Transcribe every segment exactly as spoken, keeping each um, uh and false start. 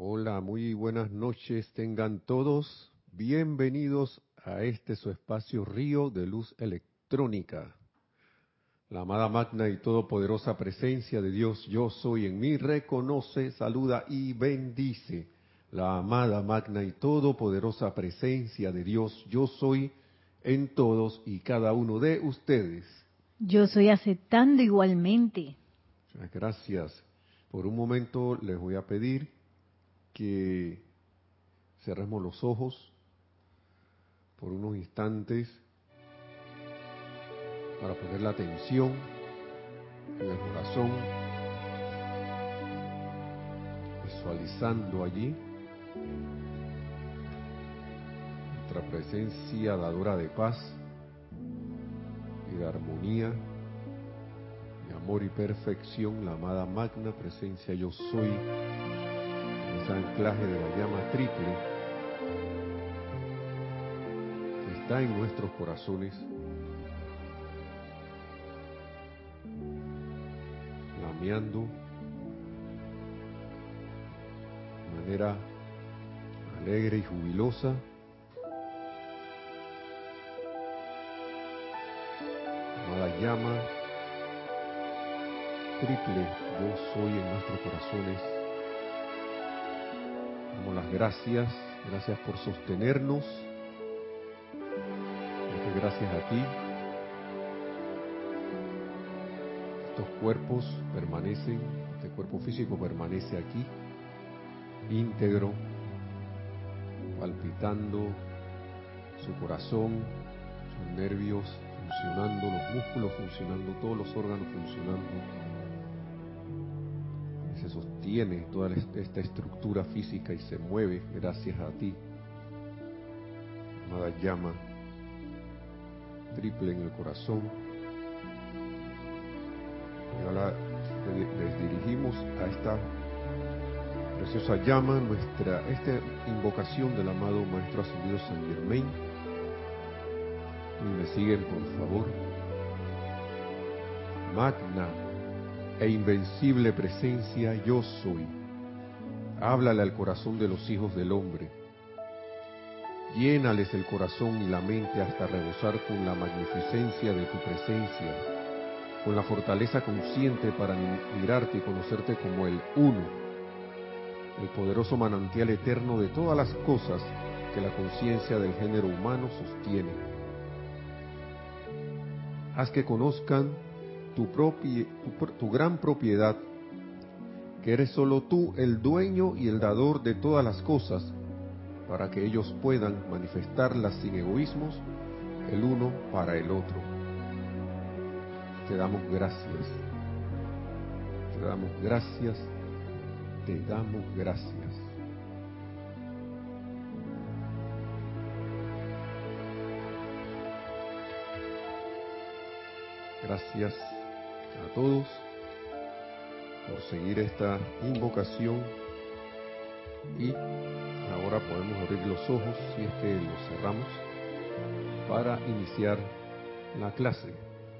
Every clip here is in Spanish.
Hola, muy buenas noches, tengan todos bienvenidos a este su espacio Río de Luz Electrónica. La amada magna y todopoderosa presencia de Dios, yo soy en mí, reconoce, saluda y bendice. La amada magna y todopoderosa presencia de Dios, yo soy en todos y cada uno de ustedes. Yo soy aceptando igualmente. Muchas gracias. Por un momento les voy a pedir que cerremos los ojos por unos instantes para poner la atención en el corazón, visualizando allí nuestra presencia dadora de paz y de armonía, de amor y perfección, la amada magna presencia yo soy, ese anclaje de la llama triple que está en nuestros corazones, flameando de manera alegre y jubilosa. Amada llama triple yo soy en nuestros corazones. Damos las gracias, gracias por sostenernos, muchas gracias a ti. Estos cuerpos permanecen, este cuerpo físico permanece aquí, íntegro, palpitando, su corazón, sus nervios funcionando, los músculos funcionando, todos los órganos funcionando. Se sostiene toda esta estructura física y se mueve gracias a ti, amada llama triple en el corazón. Y ahora les dirigimos a esta preciosa llama, nuestra esta invocación del amado Maestro Ascendido San Germain. Y me siguen, por favor. Magna e invencible presencia yo soy. Háblale al corazón de los hijos del hombre. Llénales el corazón y la mente hasta rebosar con la magnificencia de tu presencia, con la fortaleza consciente para mirarte y conocerte como el Uno, el poderoso manantial eterno de todas las cosas que la conciencia del género humano sostiene. Haz que conozcan tu, propia, tu, tu gran propiedad, que eres solo tú el dueño y el dador de todas las cosas, para que ellos puedan manifestarlas sin egoísmos, el uno para el otro. Te damos gracias, te damos gracias, te damos gracias. Gracias a todos por seguir esta invocación y ahora podemos abrir los ojos, si es que los cerramos, para iniciar la clase.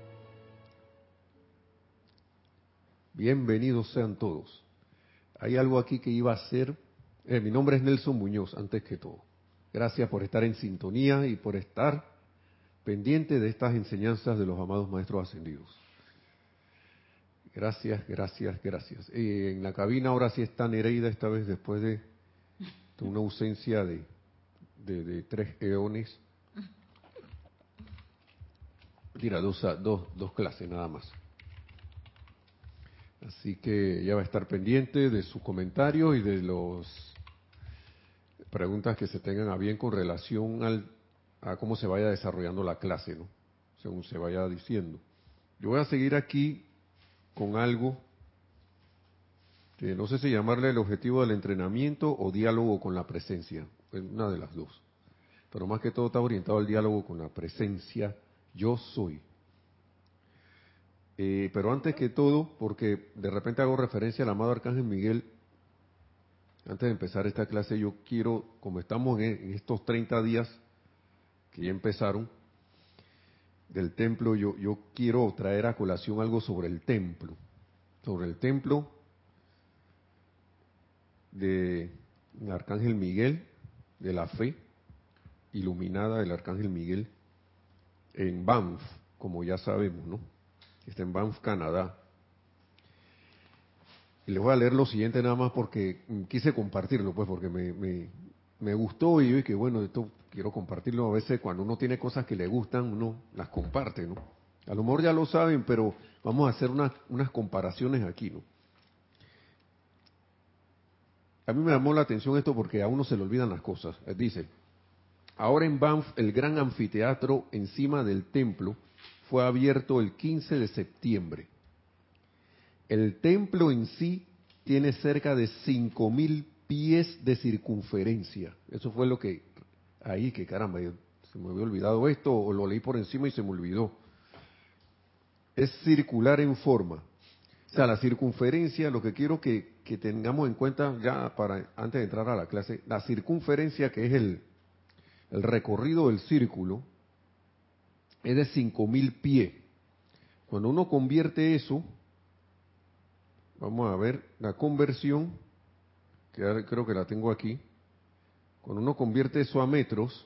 Bienvenidos sean todos. Hay algo aquí que iba a hacer. Eh, mi nombre es Nelson Muñoz, antes que todo. Gracias por estar en sintonía y por estar pendiente de estas enseñanzas de los amados maestros ascendidos. Gracias, gracias, gracias. Eh, en la cabina ahora sí está Nereida, esta vez después de, de una ausencia de, de, de tres eones. Tira dos, dos, dos clases nada más. Así que ella va a estar pendiente de sus comentarios y de las preguntas que se tengan a bien con relación al, a cómo se vaya desarrollando la clase, ¿no? Según se vaya diciendo. Yo voy a seguir aquí con algo que no sé si llamarle el objetivo del entrenamiento o diálogo con la presencia, una de las dos. Pero más que todo está orientado al diálogo con la presencia yo soy. Eh, pero antes que todo, porque de repente hago referencia al amado Arcángel Miguel, antes de empezar esta clase yo quiero, como estamos en, en estos treinta días que ya empezaron del templo, yo, yo quiero traer a colación algo sobre el templo, sobre el templo de el Arcángel Miguel de la fe, iluminada del Arcángel Miguel, en Banff, como ya sabemos, ¿no? Está en Banff, Canadá. Y les voy a leer lo siguiente nada más porque quise compartirlo, pues, porque me, me, me gustó y yo que bueno, esto quiero compartirlo. A veces cuando uno tiene cosas que le gustan, uno las comparte, ¿no? A lo mejor ya lo saben, pero vamos a hacer unas, unas comparaciones aquí, ¿no? A mí me llamó la atención esto porque a uno se le olvidan las cosas. Dice, ahora en Banff, el gran anfiteatro encima del templo fue abierto el quince de septiembre. El templo en sí tiene cerca de cinco mil pies de circunferencia. Eso fue lo que, ahí que caramba, se me había olvidado esto o lo leí por encima y se me olvidó. Es circular en forma. O sea, la circunferencia, lo que quiero que, que tengamos en cuenta ya para antes de entrar a la clase, la circunferencia que es el, el recorrido del círculo es de cinco mil pies. Cuando uno convierte eso, vamos a ver la conversión, que ahora creo que la tengo aquí. Cuando uno convierte eso a metros,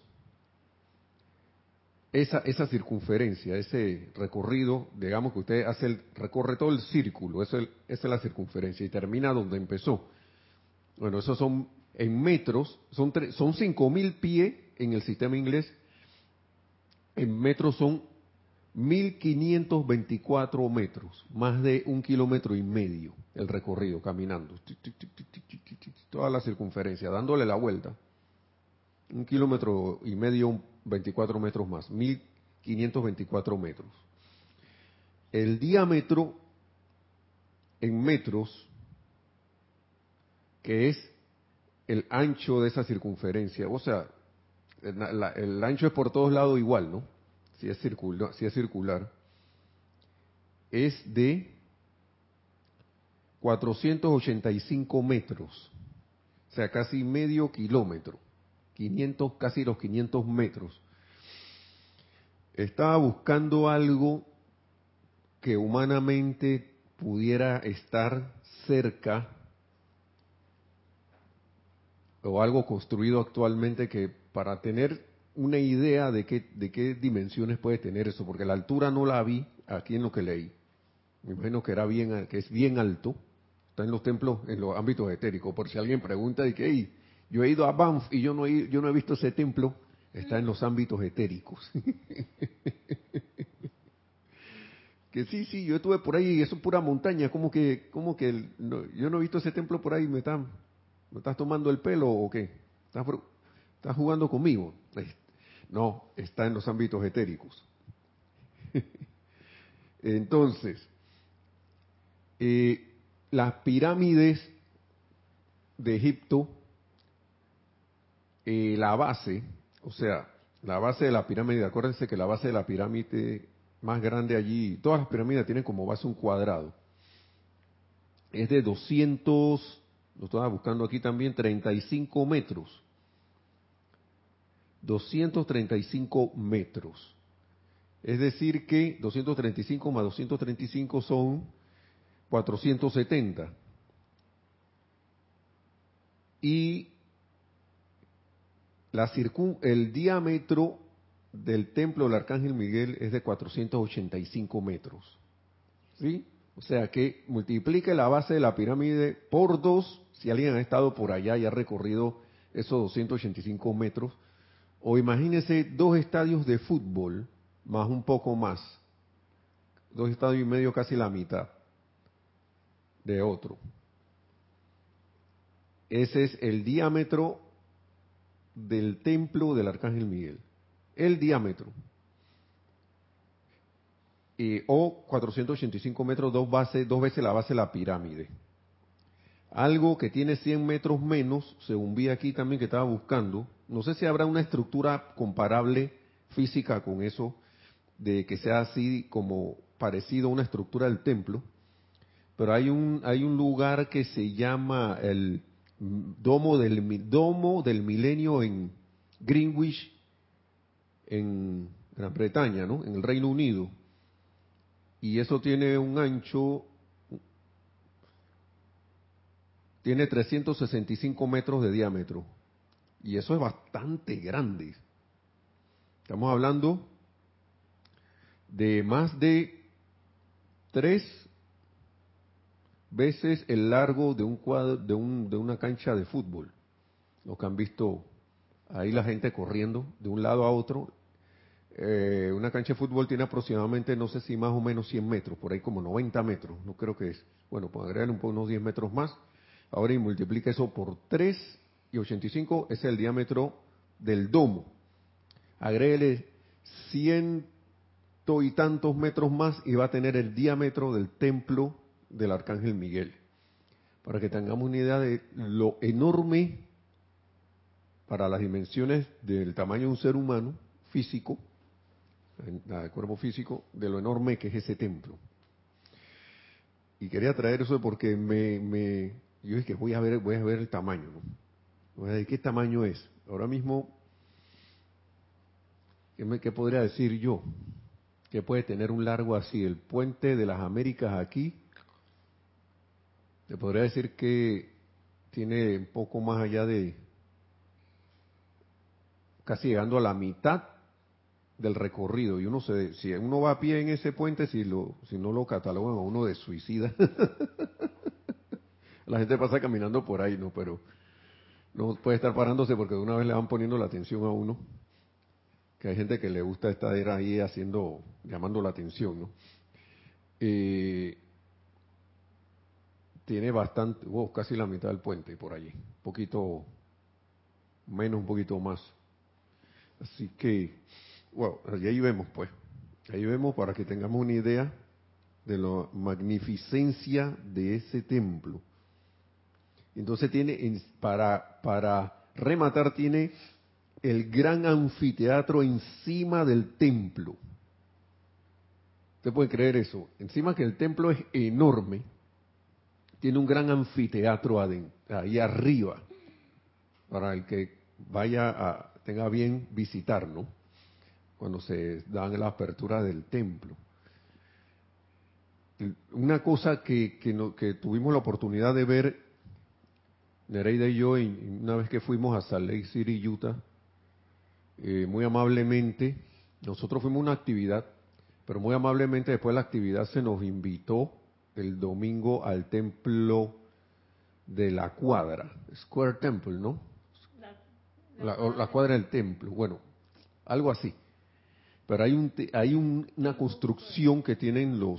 esa, esa circunferencia, ese recorrido, digamos que usted hace el, recorre todo el círculo, eso es, esa es la circunferencia y termina donde empezó. Bueno, esos son en metros, son, tre- son cinco mil pies en el sistema inglés, en metros son mil quinientos veinticuatro metros, más de un kilómetro y medio el recorrido caminando, toda la circunferencia, dándole la vuelta. Un kilómetro y medio, veinticuatro metros más, mil quinientos veinticuatro metros. El diámetro en metros, que es el ancho de esa circunferencia, o sea, el, la- el ancho es por todos lados igual, ¿no? Si es circular, si es circular, es de cuatrocientos ochenta y cinco metros, o sea, casi medio kilómetro, quinientos, casi los quinientos metros. Estaba buscando algo que humanamente pudiera estar cerca o algo construido actualmente que para tener una idea de qué, de qué dimensiones puede tener eso, porque la altura no la vi aquí en lo que leí. Me imagino que era bien, que es bien alto. Está en los templos, en los ámbitos etéricos. Por si alguien pregunta de que, hey, yo he ido a Banff y yo no he, yo no he visto ese templo, está en los ámbitos etéricos. Que sí, sí, yo estuve por ahí y eso es pura montaña, como que, como que el- no, yo no he visto ese templo por ahí, me están, ¿me estás tomando el pelo o qué? ¿Estás, bro- estás jugando conmigo? Eh, No, está en los ámbitos etéricos. Entonces, eh, las pirámides de Egipto, eh, la base, o sea, la base de la pirámide, acuérdense que la base de la pirámide más grande allí, todas las pirámides tienen como base un cuadrado. Es de doscientos, lo estaba buscando aquí también, treinta y cinco metros. doscientos treinta y cinco metros. Es decir que doscientos treinta y cinco más doscientos treinta y cinco son cuatrocientos setenta. Y la circun, el diámetro del templo del Arcángel Miguel es de cuatrocientos ochenta y cinco metros. ¿Sí? O sea que multiplique la base de la pirámide por dos, si alguien ha estado por allá y ha recorrido esos doscientos ochenta y cinco metros, o imagínese dos estadios de fútbol, más un poco más, dos estadios y medio, casi la mitad de otro. Ese es el diámetro del templo del Arcángel Miguel. El diámetro. Eh, o cuatrocientos ochenta y cinco metros, dos, bases, dos veces la base de la pirámide. Algo que tiene cien metros menos, según vi aquí también que estaba buscando, no sé si habrá una estructura comparable física con eso, de que sea así como parecido a una estructura del templo, pero hay un, hay un lugar que se llama el Domo del, Domo del Milenio en Greenwich, en Gran Bretaña, ¿no? En el Reino Unido. Y eso tiene un ancho, tiene trescientos sesenta y cinco metros de diámetro. Y eso es bastante grande. Estamos hablando de más de tres veces el largo de un cuadro, de, un, de una cancha de fútbol. Los que han visto ahí la gente corriendo de un lado a otro. Eh, una cancha de fútbol tiene aproximadamente, no sé si más o menos cien metros, por ahí como noventa metros, no creo que es. Bueno, pues agregarle un poco, unos diez metros más. Ahora y multiplica eso por tres y ochenta y cinco, ese es el diámetro del domo. Agréguele ciento y tantos metros más y va a tener el diámetro del templo del Arcángel Miguel. Para que tengamos una idea de lo enorme para las dimensiones del tamaño de un ser humano físico, el cuerpo físico, de lo enorme que es ese templo. Y quería traer eso porque me, me yo dije que voy a ver, voy a ver el tamaño, ¿no? Voy a ver qué tamaño es. Ahora mismo, ¿qué, me, qué podría decir yo? Que puede tener un largo así, el puente de las Américas aquí. Te podría decir que tiene un poco más allá de, casi llegando a la mitad del recorrido. Y uno se, si uno va a pie en ese puente, si lo, si no lo catalogan a uno de suicida, la gente pasa caminando por ahí, ¿no? Pero no puede estar parándose porque de una vez le van poniendo la atención a uno. Que hay gente que le gusta estar ahí haciendo, llamando la atención, ¿no? Eh, tiene bastante, oh, casi la mitad del puente por allí, un poquito menos, un poquito más. Así que, bueno, y ahí vemos pues, ahí vemos para que tengamos una idea de la magnificencia de ese templo. Entonces tiene, para, para rematar, tiene el gran anfiteatro encima del templo. ¿Usted puede creer eso? Encima que el templo es enorme, tiene un gran anfiteatro adentro, ahí arriba, para el que vaya a, tenga bien visitar, ¿no? Cuando se dan la apertura del templo. Una cosa que, que, no, que tuvimos la oportunidad de ver, Nereida y yo, y una vez que fuimos a Salt Lake City, Utah, eh, muy amablemente, nosotros fuimos a una actividad, pero muy amablemente después de la actividad se nos invitó el domingo al templo de la cuadra, Square Temple, ¿no? La, la, la, la cuadra del templo, bueno, algo así. Pero hay, un, hay un, una construcción que tienen los,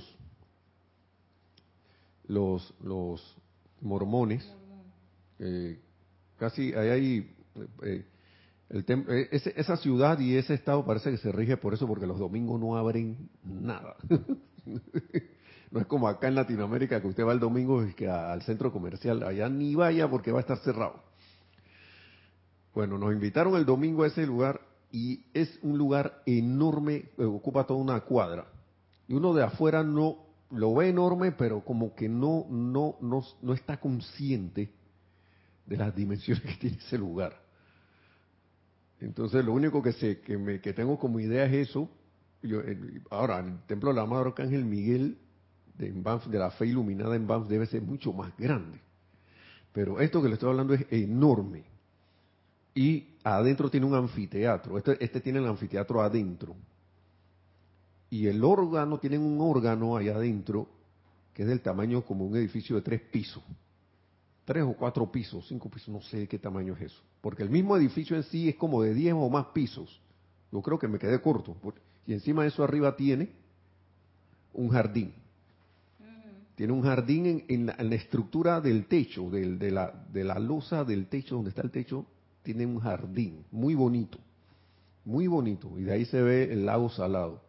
los, los mormones, eh, casi ahí hay, eh, el tem, eh, ese, esa ciudad y ese estado parece que se rige por eso, porque los domingos no abren nada. No es como acá en Latinoamérica que usted va el domingo y que al centro comercial, allá ni vaya porque va a estar cerrado. Bueno, nos invitaron el domingo a ese lugar y es un lugar enorme, ocupa toda una cuadra. Y uno de afuera no lo ve enorme, pero como que no, no, no, no está consciente de las dimensiones que tiene ese lugar. Entonces, lo único que sé, que, me, que tengo como idea es eso. Yo, ahora, el templo del amado Arcángel Miguel de, Banff, de la fe iluminada en Banff debe ser mucho más grande. Pero esto que le estoy hablando es enorme. Y adentro tiene un anfiteatro. Este, este tiene el anfiteatro adentro. Y el órgano, tienen un órgano allá adentro que es del tamaño como un edificio de tres pisos. Tres o cuatro pisos, cinco pisos, no sé de qué tamaño es eso. Porque el mismo edificio en sí es como de diez o más pisos. Yo creo que me quedé corto. Y encima de eso arriba tiene un jardín. Tiene un jardín en, en, la, en la estructura del techo, del, de, la, de la losa del techo, donde está el techo, tiene un jardín muy bonito, muy bonito. Y de ahí se ve el lago Salado.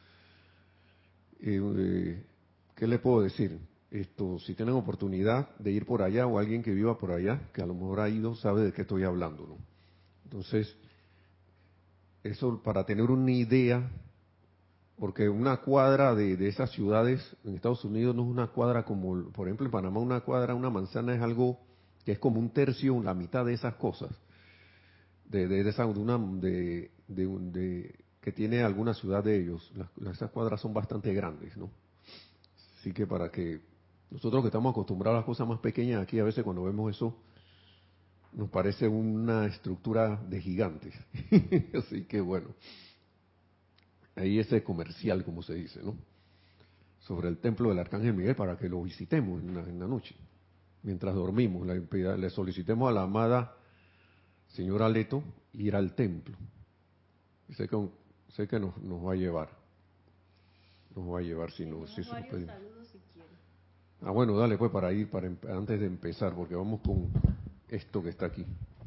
Eh, eh, ¿Qué le puedo decir? Esto, si tienen oportunidad de ir por allá o alguien que viva por allá, que a lo mejor ha ido, sabe de qué estoy hablando, ¿no? Entonces, eso para tener una idea, porque una cuadra de, de esas ciudades en Estados Unidos no es una cuadra como, por ejemplo, en Panamá una cuadra, una manzana es algo que es como un tercio, la mitad de esas cosas, de, de, de, esa, de una, de, de, de, que tiene alguna ciudad de ellos. Las, esas cuadras son bastante grandes, ¿no? Así que para que Nosotros que estamos acostumbrados a las cosas más pequeñas, aquí a veces cuando vemos eso, nos parece una estructura de gigantes. Así que bueno, ahí ese comercial, como se dice, ¿no? Sobre el templo del Arcángel Miguel para que lo visitemos en la, en la noche, mientras dormimos. Le, le solicitemos a la amada señora Leto ir al templo. Y sé que, sé que nos, nos va a llevar. Nos va a llevar si, no, si se lo pedimos. Si ah, bueno, dale pues para ir, para antes de empezar, porque vamos con esto que está aquí.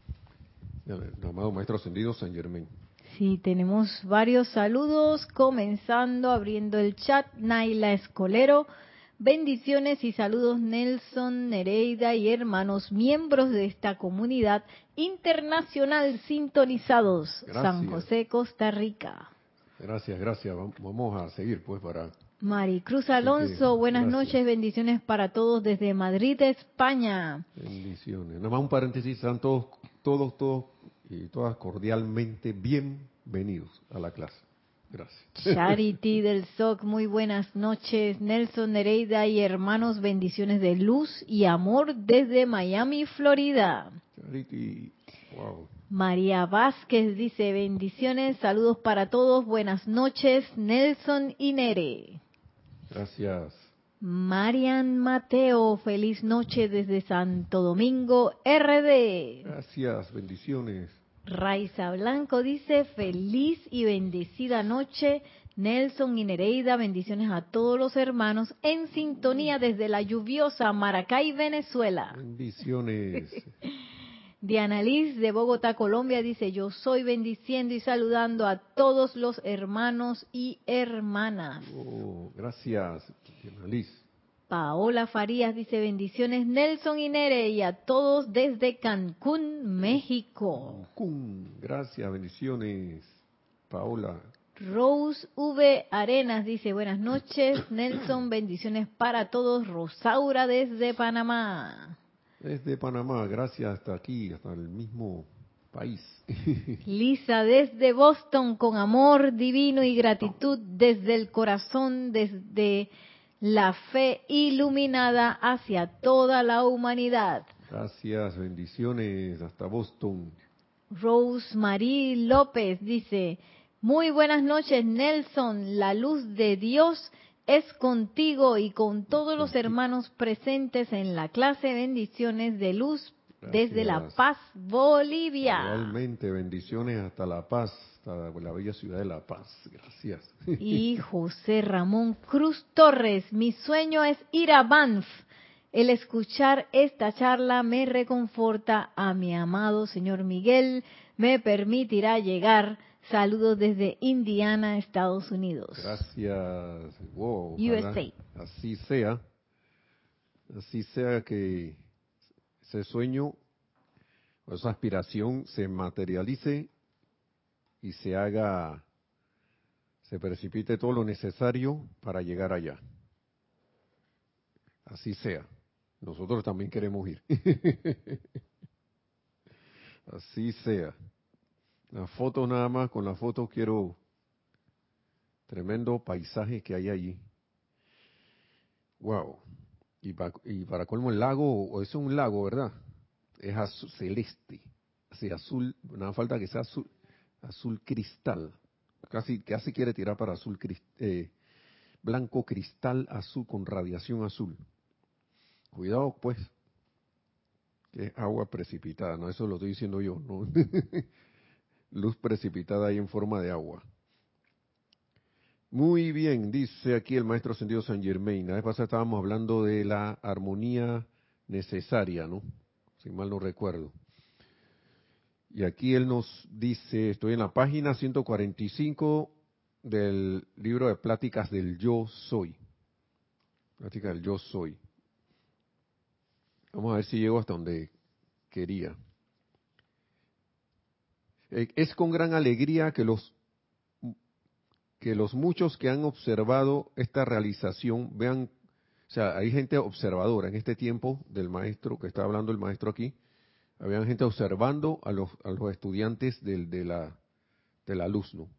El amado Maestro Ascendido San Germain. Sí, tenemos varios saludos, comenzando abriendo el chat. Naila Escolero, bendiciones y saludos Nelson, Nereida y hermanos miembros de esta comunidad internacional sintonizados. Gracias. San José, Costa Rica. Gracias, gracias. Vamos a seguir pues para... Maricruz Alonso, que, buenas gracias. noches, bendiciones para todos desde Madrid, España. Bendiciones. Nada más un paréntesis, están todos, todos, todos y todas cordialmente bienvenidos a la clase. Gracias. Charity del S O C, muy buenas noches. Nelson, Nereida y hermanos, bendiciones de luz y amor desde Miami, Florida. Charity, wow. María Vázquez dice, bendiciones, saludos para todos, buenas noches, Nelson y Nere. Gracias. Marian Mateo, feliz noche desde Santo Domingo, R D. Gracias, bendiciones. Raiza Blanco dice, feliz y bendecida noche, Nelson y Nereida, bendiciones a todos los hermanos en sintonía desde la lluviosa Maracay, Venezuela. Bendiciones. Diana Liz de Bogotá, Colombia dice, yo soy bendiciendo y saludando a todos los hermanos y hermanas. Oh, gracias, Diana Liz. Paola Farías dice, bendiciones Nelson y Nere y a todos desde Cancún, México. Cancún, gracias, bendiciones, Paola. Rose V. Arenas dice, buenas noches Nelson, bendiciones para todos. Rosaura desde Panamá. Desde Panamá, gracias, hasta aquí, hasta el mismo país. Lisa desde Boston, con amor divino y gratitud desde el corazón, desde la fe iluminada hacia toda la humanidad. Gracias, bendiciones, hasta Boston. Rosemary López dice, muy buenas noches Nelson, la luz de Dios es contigo y con todos los hermanos presentes en la clase. Bendiciones de luz. Gracias. Desde La Paz, Bolivia. Igualmente, bendiciones hasta La Paz, hasta la bella ciudad de La Paz. Gracias. Y José Ramón Cruz Torres, mi sueño es ir a Banff. El escuchar esta charla me reconforta a mi amado señor Miguel, me permitirá llegar. Saludos desde Indiana, Estados Unidos. Gracias. Wow, U S A. Así sea. Así sea que ese sueño o esa aspiración se materialice y se haga, se precipite todo lo necesario para llegar allá. Así sea. Nosotros también queremos ir. Así sea. La foto nada más, con la foto quiero tremendo paisaje que hay allí. Wow. Y, pa, y para colmo el lago, o es un lago, ¿verdad? Es azul, celeste. Así azul, nada falta que sea azul, azul cristal. Casi, casi quiere tirar para azul eh, blanco cristal azul con radiación azul. Cuidado pues, que es agua precipitada, no, eso lo estoy diciendo yo, no. Luz precipitada ahí en forma de agua. Muy bien, dice aquí el maestro ascendido San Germain. La vez pasada estábamos hablando de la armonía necesaria, ¿no? Si mal no recuerdo. Y aquí él nos dice, estoy en la página ciento cuarenta y cinco del libro de Pláticas del Yo Soy. Pláticas del Yo Soy. Vamos a ver si llego hasta donde quería. Es con gran alegría que los que los muchos que han observado esta realización vean, o sea, hay gente observadora en este tiempo del maestro, que está hablando el maestro aquí, había gente observando a los, a los estudiantes de, de, la, de la luz, ¿no?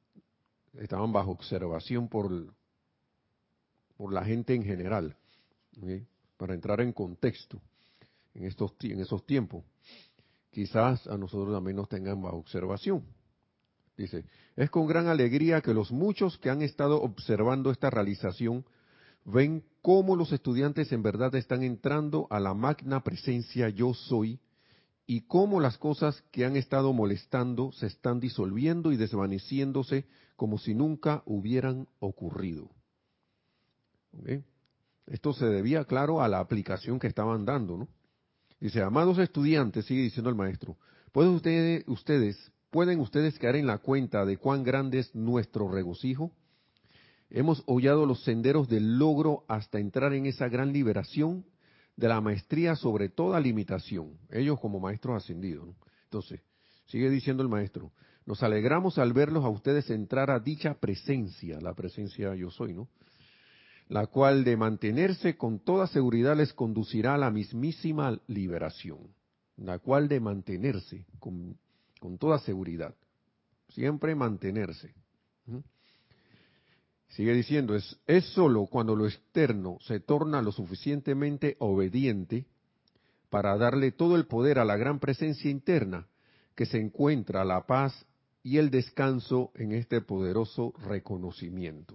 Estaban bajo observación por, por la gente en general. ¿ok? Para entrar en contexto en estos en esos tiempos. Quizás a nosotros también nos tengan bajo observación. Dice, es con gran alegría que los muchos que han estado observando esta realización ven cómo los estudiantes en verdad están entrando a la magna presencia yo soy y cómo las cosas que han estado molestando se están disolviendo y desvaneciéndose como si nunca hubieran ocurrido. ¿Okay? Esto se debía, claro, a la aplicación que estaban dando, ¿no? Dice, amados estudiantes, sigue diciendo el maestro, ¿pueden ustedes, ustedes, ¿pueden ustedes caer en la cuenta de cuán grande es nuestro regocijo? Hemos hollado los senderos del logro hasta entrar en esa gran liberación de la maestría sobre toda limitación, ellos como maestros ascendidos, ¿no? Entonces, sigue diciendo el maestro, nos alegramos al verlos a ustedes entrar a dicha presencia, la presencia yo soy, ¿no? La cual de mantenerse con toda seguridad les conducirá a la mismísima liberación, la cual de mantenerse con, con toda seguridad, siempre mantenerse. ¿Mm? Sigue diciendo, es, es sólo cuando lo externo se torna lo suficientemente obediente para darle todo el poder a la gran presencia interna que se encuentra la paz y el descanso en este poderoso reconocimiento.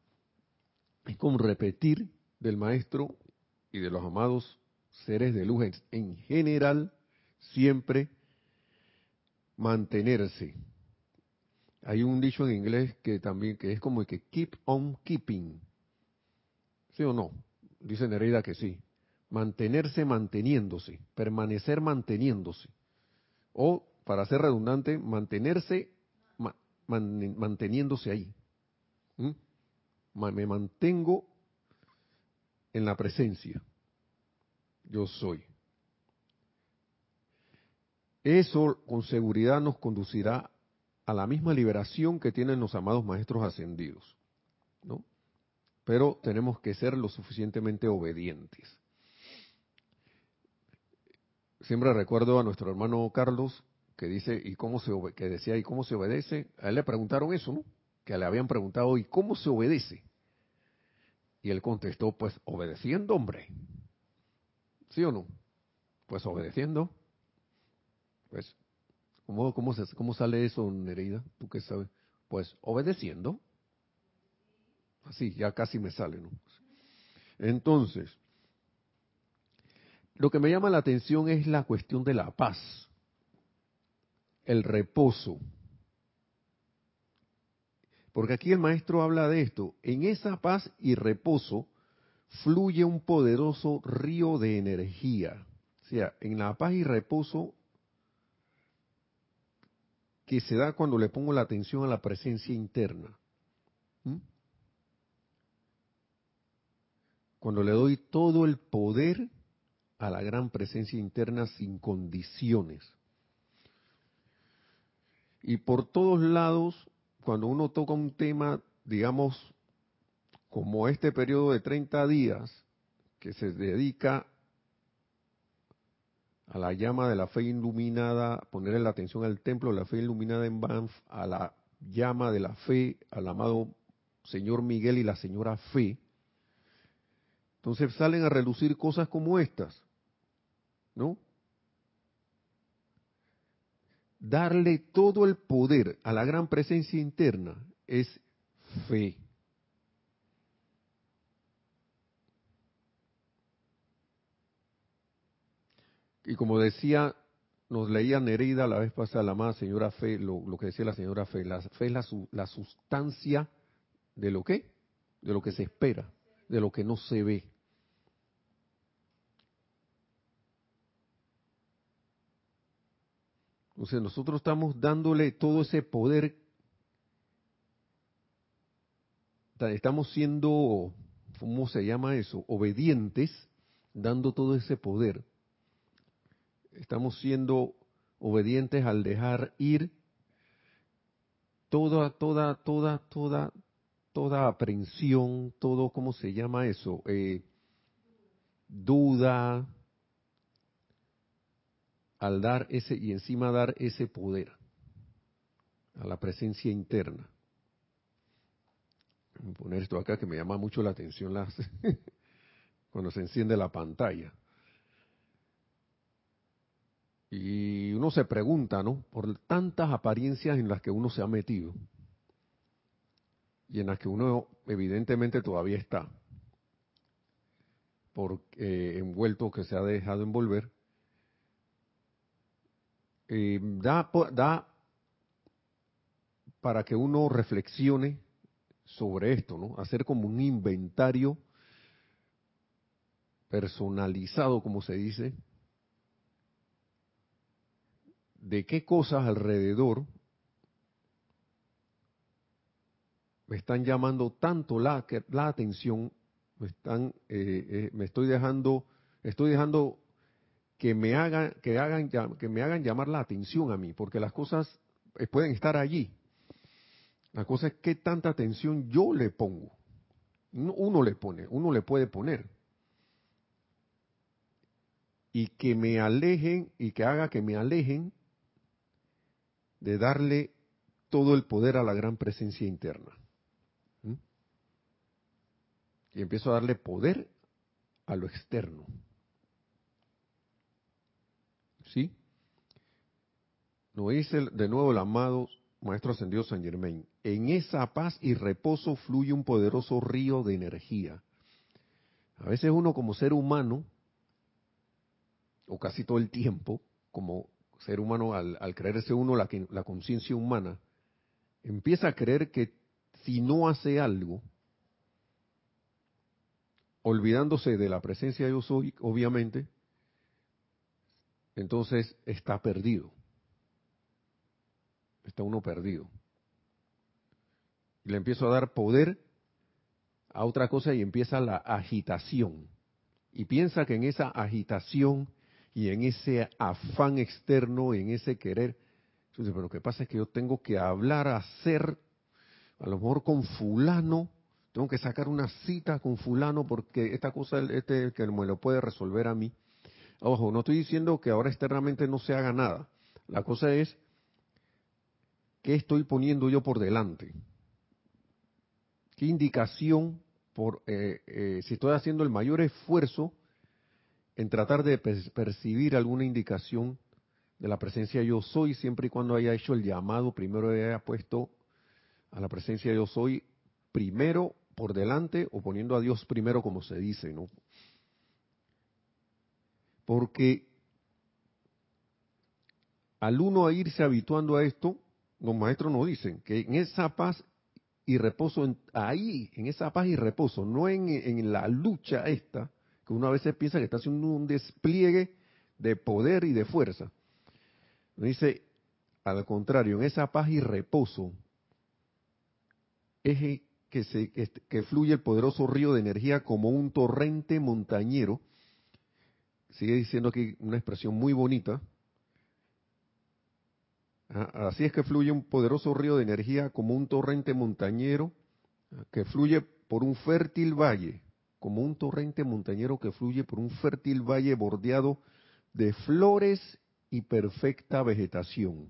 Es como repetir del maestro y de los amados seres de luz en general, siempre mantenerse. Hay un dicho en inglés que también que es como que keep on keeping. ¿Sí o no? Dice Nereida que sí. Mantenerse manteniéndose, permanecer manteniéndose. O, para ser redundante, mantenerse ma, man, manteniéndose ahí. ¿Mm? Me mantengo en la presencia. Yo soy. Eso con seguridad nos conducirá a la misma liberación que tienen los amados maestros ascendidos, ¿no? Pero tenemos que ser lo suficientemente obedientes. Siempre recuerdo a nuestro hermano Carlos que dice y cómo se que decía y cómo se obedece. A él le preguntaron eso, ¿no? Que le habían preguntado y cómo se obedece. Y él contestó, pues obedeciendo, hombre. ¿Sí o no? Pues obedeciendo. Pues ¿cómo cómo se, cómo sale eso, Nereida? ¿Tú qué sabes? Pues obedeciendo. Así, ya casi me sale, ¿no? Entonces, lo que me llama la atención es la cuestión de la paz, el reposo. Porque aquí el maestro habla de esto. En esa paz y reposo fluye un poderoso río de energía. O sea, en la paz y reposo que se da cuando le pongo la atención a la presencia interna. ¿Mm? Cuando le doy todo el poder a la gran presencia interna sin condiciones. Y por todos lados, cuando uno toca un tema, digamos, como este periodo de treinta días, que se dedica a la llama de la fe iluminada, ponerle la atención al templo de la fe iluminada en Banff, a la llama de la fe, al amado Señor Miguel y la Señora Fe, entonces salen a relucir cosas como estas, ¿no? Darle todo el poder a la gran presencia interna es fe. Y como decía, nos leía Nereida la vez pasada, la amada señora Fe, lo, lo que decía la señora Fe, la fe es la, la sustancia de lo que, de lo que se espera, de lo que no se ve. Entonces nosotros estamos dándole todo ese poder, estamos siendo, ¿cómo se llama eso? Obedientes, dando todo ese poder. Estamos siendo obedientes al dejar ir toda, toda, toda, toda, toda aprensión, todo, ¿cómo se llama eso? Eh, duda, al dar ese, y encima dar ese poder a la presencia interna. Voy a poner esto acá que me llama mucho la atención las cuando se enciende la pantalla. Y uno se pregunta, ¿no? Por tantas apariencias en las que uno se ha metido y en las que uno evidentemente todavía está, por eh, envuelto, que se ha dejado envolver, eh, da, da para que uno reflexione sobre esto, ¿no? Hacer como un inventario personalizado, como se dice, de qué cosas alrededor me están llamando tanto la, la atención, me están, eh, eh, me estoy dejando, estoy dejando que me hagan, que hagan, que me hagan llamar la atención a mí, porque las cosas eh, pueden estar allí. La cosa es qué tanta atención yo le pongo. Uno le pone, uno le puede poner. Y que me alejen, y que haga que me alejen de darle todo el poder a la gran presencia interna. ¿Mm? Y empiezo a darle poder a lo externo. ¿Sí? Nos dice de nuevo el amado Maestro Ascendido San Germain: en esa paz y reposo fluye un poderoso río de energía. A veces uno como ser humano, o casi todo el tiempo, como ser humano, al, al creerse uno la, la conciencia humana, empieza a creer que si no hace algo, olvidándose de la presencia de yo soy, obviamente, entonces está perdido. Está uno perdido. Y le empiezo a dar poder a otra cosa y empieza la agitación. Y piensa que en esa agitación y en ese afán externo, en ese querer, pero lo que pasa es que yo tengo que hablar, hacer, a lo mejor con fulano, tengo que sacar una cita con fulano porque esta cosa, este que me lo puede resolver a mí. Ojo, no estoy diciendo que ahora externamente no se haga nada. La cosa es, ¿qué estoy poniendo yo por delante? ¿Qué indicación, por eh, eh, si estoy haciendo el mayor esfuerzo en tratar de percibir alguna indicación de la presencia yo soy, siempre y cuando haya hecho el llamado, primero haya puesto a la presencia yo soy primero por delante, o poniendo a Dios primero, como se dice, ¿no? Porque al uno a irse habituando a esto, los maestros nos dicen que en esa paz y reposo, en, ahí, en esa paz y reposo, no en, en la lucha esta, que uno a veces piensa que está haciendo un despliegue de poder y de fuerza. Dice, al contrario, en esa paz y reposo es que, se, que, que fluye el poderoso río de energía como un torrente montañero. Sigue diciendo aquí una expresión muy bonita. Así es que fluye un poderoso río de energía como un torrente montañero que fluye por un fértil valle, como un torrente montañero que fluye por un fértil valle bordeado de flores y perfecta vegetación.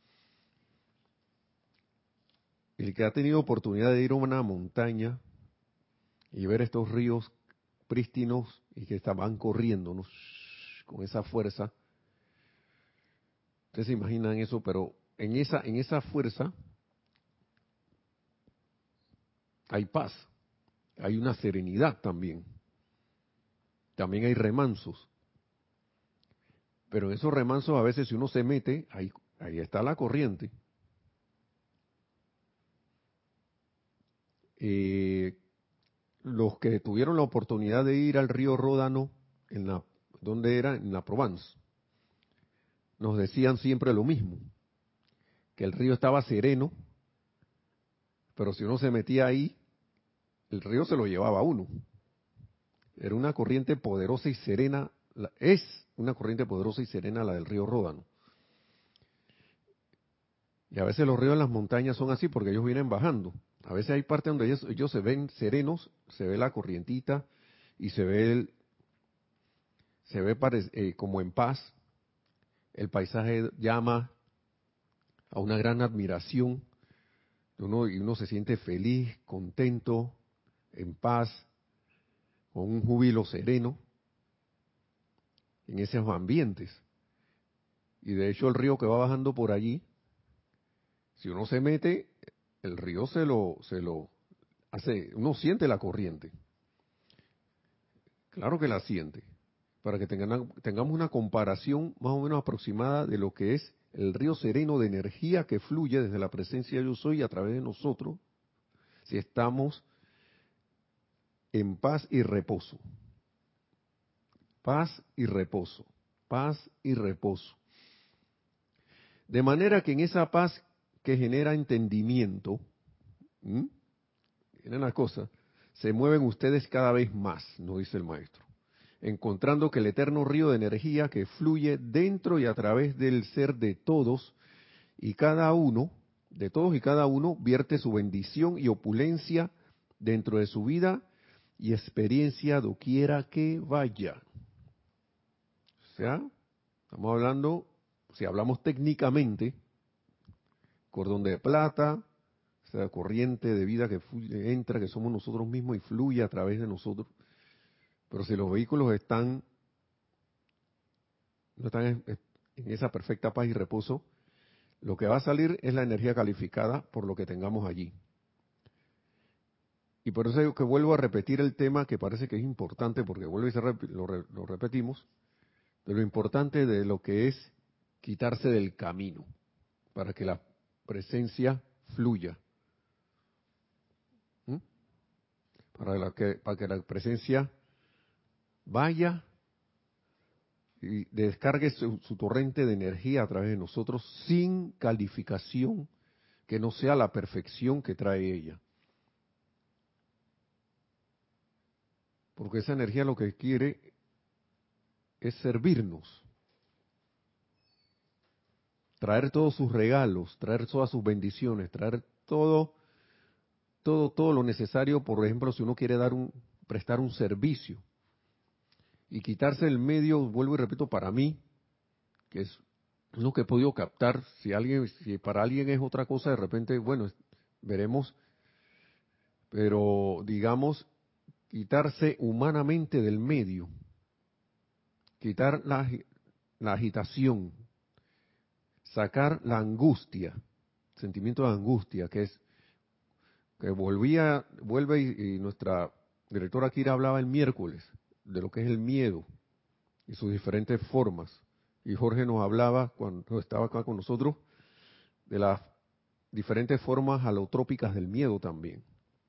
El que ha tenido oportunidad de ir a una montaña y ver estos ríos prístinos y que estaban corriendo, ¿no?, con esa fuerza, ustedes se imaginan eso, pero en esa, en esa fuerza hay paz, hay una serenidad también, también hay remansos, pero en esos remansos a veces si uno se mete, ahí, ahí está la corriente. Eh, los que tuvieron la oportunidad de ir al río Ródano, en la, ¿dónde era? En la Provence, nos decían siempre lo mismo, que el río estaba sereno, pero si uno se metía ahí, el río se lo llevaba a uno. Era una corriente poderosa y serena, es una corriente poderosa y serena la del río Ródano. Y a veces los ríos en las montañas son así porque ellos vienen bajando. A veces hay partes donde ellos, ellos se ven serenos, se ve la corrientita y se ve el, se ve pare, eh, como en paz. El paisaje llama a una gran admiración. Uno, y uno se siente feliz, contento, en paz, con un júbilo sereno en esos ambientes. Y de hecho el río que va bajando por allí, si uno se mete, el río se lo, se lo hace, uno siente la corriente. Claro que la siente. Para que tengan, tengamos una comparación más o menos aproximada de lo que es el río sereno de energía que fluye desde la presencia yo soy a través de nosotros, si estamos en paz y reposo. Paz y reposo. Paz y reposo. De manera que en esa paz que genera entendimiento, ¿m? Miren la cosa, se mueven ustedes cada vez más, nos dice el maestro, encontrando que el eterno río de energía que fluye dentro y a través del ser de todos y cada uno, de todos y cada uno, vierte su bendición y opulencia dentro de su vida y experiencia doquiera que vaya. O sea, estamos hablando, si hablamos técnicamente, cordón de plata, o sea, corriente de vida que fluye, entra, que somos nosotros mismos y fluye a través de nosotros. Pero si los vehículos están, no están en, en esa perfecta paz y reposo, lo que va a salir es la energía calificada por lo que tengamos allí. Y por eso es que vuelvo a repetir el tema que parece que es importante, porque vuelvo y se rep lo, re lo repetimos, de lo importante de lo que es quitarse del camino, para que la presencia fluya. ¿Mm? Para, la que, para que la presencia vaya y descargue su, su torrente de energía a través de nosotros sin calificación que no sea la perfección que trae ella. Porque esa energía lo que quiere es servirnos, traer todos sus regalos, traer todas sus bendiciones, traer todo, todo, todo lo necesario. Por ejemplo, si uno quiere dar un, prestar un servicio y quitarse el medio, vuelvo y repito, para mí, que es lo que he podido captar, si alguien, si para alguien es otra cosa, de repente, bueno, veremos, pero digamos, quitarse humanamente del medio, quitar la, la agitación, sacar la angustia, sentimiento de angustia, que es, que volvía, vuelve y, y nuestra directora Kira hablaba el miércoles de lo que es el miedo y sus diferentes formas. Y Jorge nos hablaba, cuando estaba acá con nosotros, de las diferentes formas alotrópicas del miedo también.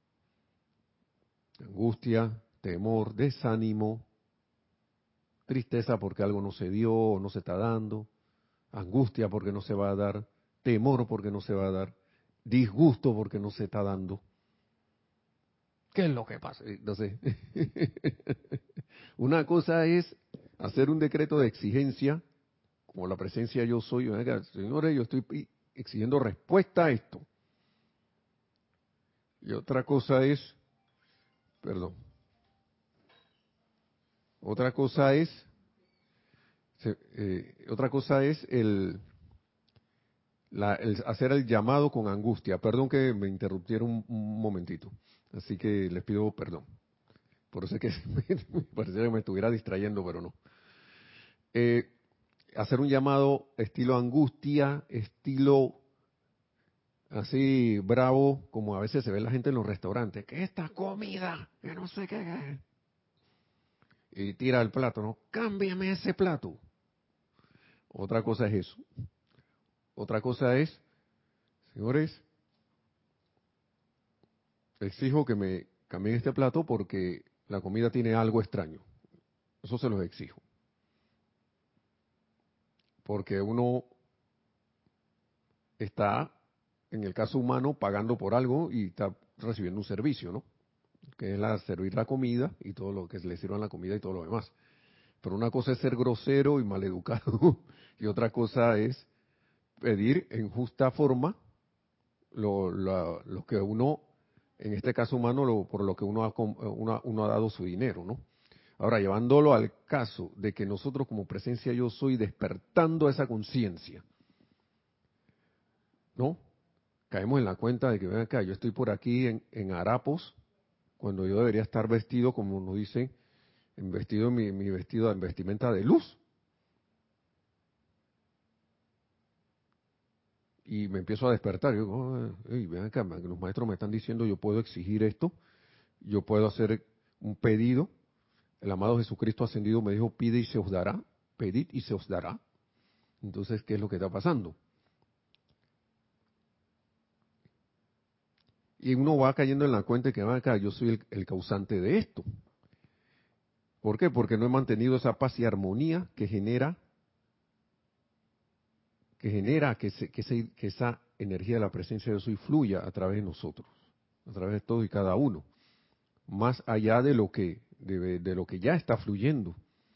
Angustia, temor, desánimo, tristeza porque algo no se dio o no se está dando, angustia porque no se va a dar, temor porque no se va a dar, disgusto porque no se está dando. ¿Qué es lo que pasa? No sé. Una cosa es hacer un decreto de exigencia, como la presencia yo soy, oiga, señores, yo estoy exigiendo respuesta a esto. Y otra cosa es, perdón, otra cosa es, eh, otra cosa es el, la, el hacer el llamado con angustia. Perdón que me interrumpieron un, un momentito, así que les pido perdón. Por eso es que me parecía que me estuviera distrayendo, pero no. Eh, hacer un llamado estilo angustia, estilo así bravo, como a veces se ve la gente en los restaurantes, que esta comida, que no sé qué, y tira el plato, ¿no? Cámbiame ese plato. Otra cosa es eso. Otra cosa es, señores, exijo que me cambien este plato porque la comida tiene algo extraño. Eso se los exijo. Porque uno está, en el caso humano, pagando por algo y está recibiendo un servicio, ¿no? Que es la, servir la comida y todo lo que le sirvan la comida y todo lo demás. Pero una cosa es ser grosero y maleducado y otra cosa es pedir en justa forma lo, lo, lo que uno, en este caso humano, lo, por lo que uno ha, uno, uno ha dado su dinero, ¿no? Ahora, llevándolo al caso de que nosotros como presencia yo soy despertando esa conciencia, ¿no? Caemos en la cuenta de que, ven acá, yo estoy por aquí en, en harapos, cuando yo debería estar vestido, como nos dicen, en vestido mi, mi vestido en vestimenta de luz. Y me empiezo a despertar. Yo digo, oh, hey, ven acá, los maestros me están diciendo, yo puedo exigir esto, yo puedo hacer un pedido. El amado Jesucristo ascendido me dijo, pide y se os dará, pedid y se os dará. Entonces, ¿qué es lo que está pasando? Y uno va cayendo en la cuenta de que, ven acá, yo soy el, el causante de esto. ¿Por qué? Porque no he mantenido esa paz y armonía que genera que genera que, se, que, se, que esa energía de la presencia de Dios hoy fluya a través de nosotros, a través de todos y cada uno, más allá de lo que de, de lo que ya está fluyendo.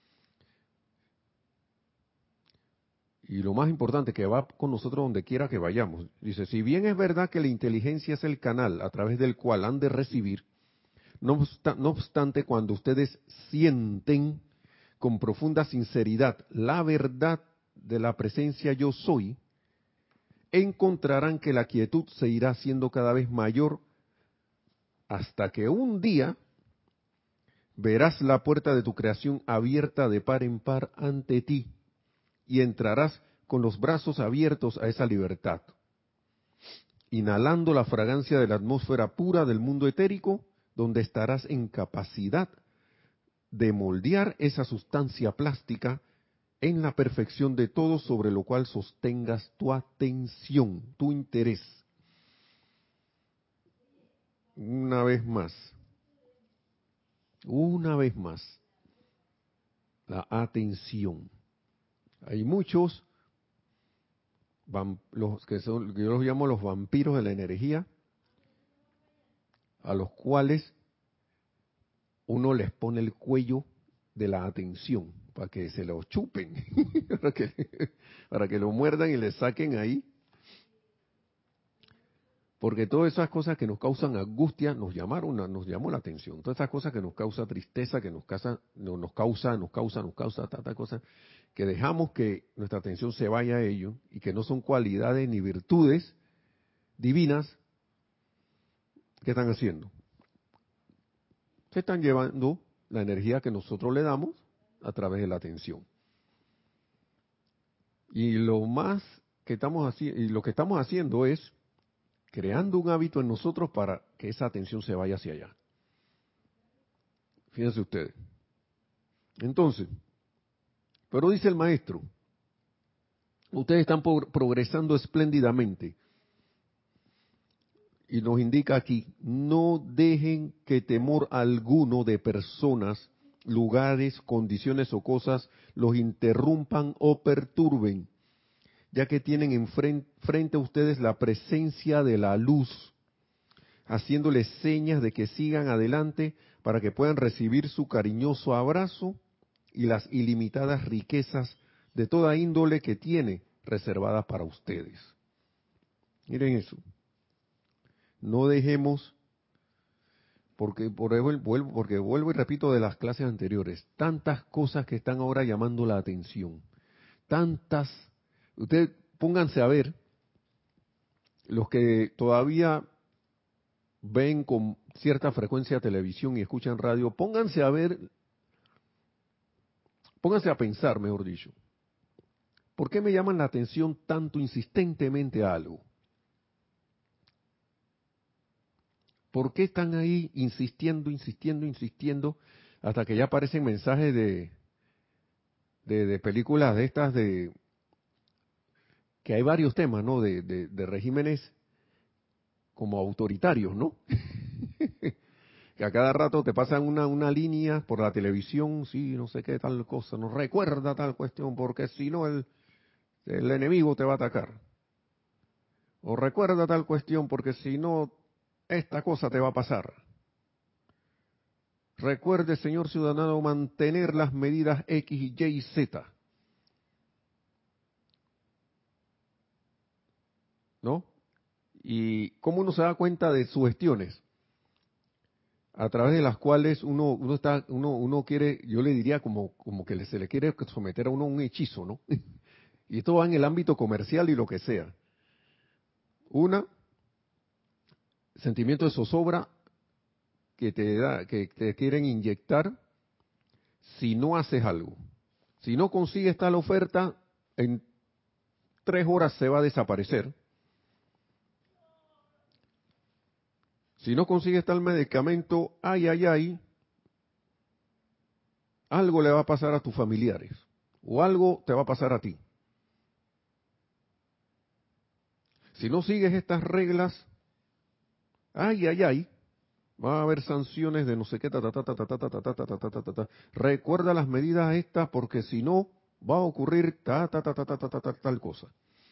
Y lo más importante, que va con nosotros donde quiera que vayamos. Dice, si bien es verdad que la inteligencia es el canal a través del cual han de recibir, no, obsta, no obstante, cuando ustedes sienten con profunda sinceridad la verdad de la presencia yo soy, encontrarán que la quietud se irá haciendo cada vez mayor hasta que un día verás la puerta de tu creación abierta de par en par ante ti y entrarás con los brazos abiertos a esa libertad, inhalando la fragancia de la atmósfera pura del mundo etérico, donde estarás en capacidad de moldear esa sustancia plástica en la perfección de todo sobre lo cual sostengas tu atención, tu interés. Una vez más, una vez más, la atención. Hay muchos, los que son, que yo los llamo los vampiros de la energía, a los cuales uno les pone el cuello de la atención para que se lo chupen, para que, para que lo muerdan y le saquen ahí. Porque todas esas cosas que nos causan angustia nos llamaron, nos llamó la atención. Todas esas cosas que nos causan tristeza, que nos causa, nos causa, nos causa, nos causa tantas cosas, que dejamos que nuestra atención se vaya a ello y que no son cualidades ni virtudes divinas, ¿qué están haciendo? Se están llevando la energía que nosotros le damos a través de la atención. Y lo más que estamos haciendo, y lo que estamos haciendo es creando un hábito en nosotros para que esa atención se vaya hacia allá. Fíjense ustedes. Entonces, pero dice el maestro, ustedes están progresando espléndidamente. Y nos indica aquí, no dejen que temor alguno de personas, lugares, condiciones o cosas los interrumpan o perturben, ya que tienen enfrente, frente a ustedes la presencia de la luz, haciéndoles señas de que sigan adelante para que puedan recibir su cariñoso abrazo y las ilimitadas riquezas de toda índole que tiene reservadas para ustedes. Miren eso. No dejemos, porque, por eso vuelvo, porque vuelvo y repito de las clases anteriores, tantas cosas que están ahora llamando la atención, tantas, ustedes pónganse a ver, los que todavía ven con cierta frecuencia televisión y escuchan radio, pónganse a ver, pónganse a pensar, mejor dicho, ¿por qué me llaman la atención tanto insistentemente a algo? ¿Por qué están ahí insistiendo, insistiendo, insistiendo, hasta que ya aparecen mensajes de, de, de películas de estas, de que hay varios temas, ¿no? De, de, de regímenes como autoritarios, ¿no? Que a cada rato te pasan una, una línea por la televisión, sí, no sé qué tal cosa, no recuerda tal cuestión, porque si no el, el enemigo te va a atacar. O recuerda tal cuestión, porque si no esta cosa te va a pasar. Recuerde, señor ciudadano, mantener las medidas X, Y y Z. ¿No? Y cómo uno se da cuenta de sugestiones a través de las cuales uno uno está uno uno quiere, yo le diría como como que se le quiere someter a uno un hechizo, ¿no? Y esto va en el ámbito comercial y lo que sea. Una, sentimiento de zozobra que te da, que te quieren inyectar si no haces algo. Si no consigues tal oferta, en tres horas se va a desaparecer. Si no consigues tal medicamento, ay, ay, ay, algo le va a pasar a tus familiares o algo te va a pasar a ti. Si no sigues estas reglas, ay, ay, ay, va a haber sanciones de no sé qué, ta, ta, ta, ta, ta, ta, ta, ta, ta, ta, ta, ta, ta, ta. Recuerda las medidas estas porque si no va a ocurrir ta, ta, ta, ta, ta, ta, ta, ta, tal cosa.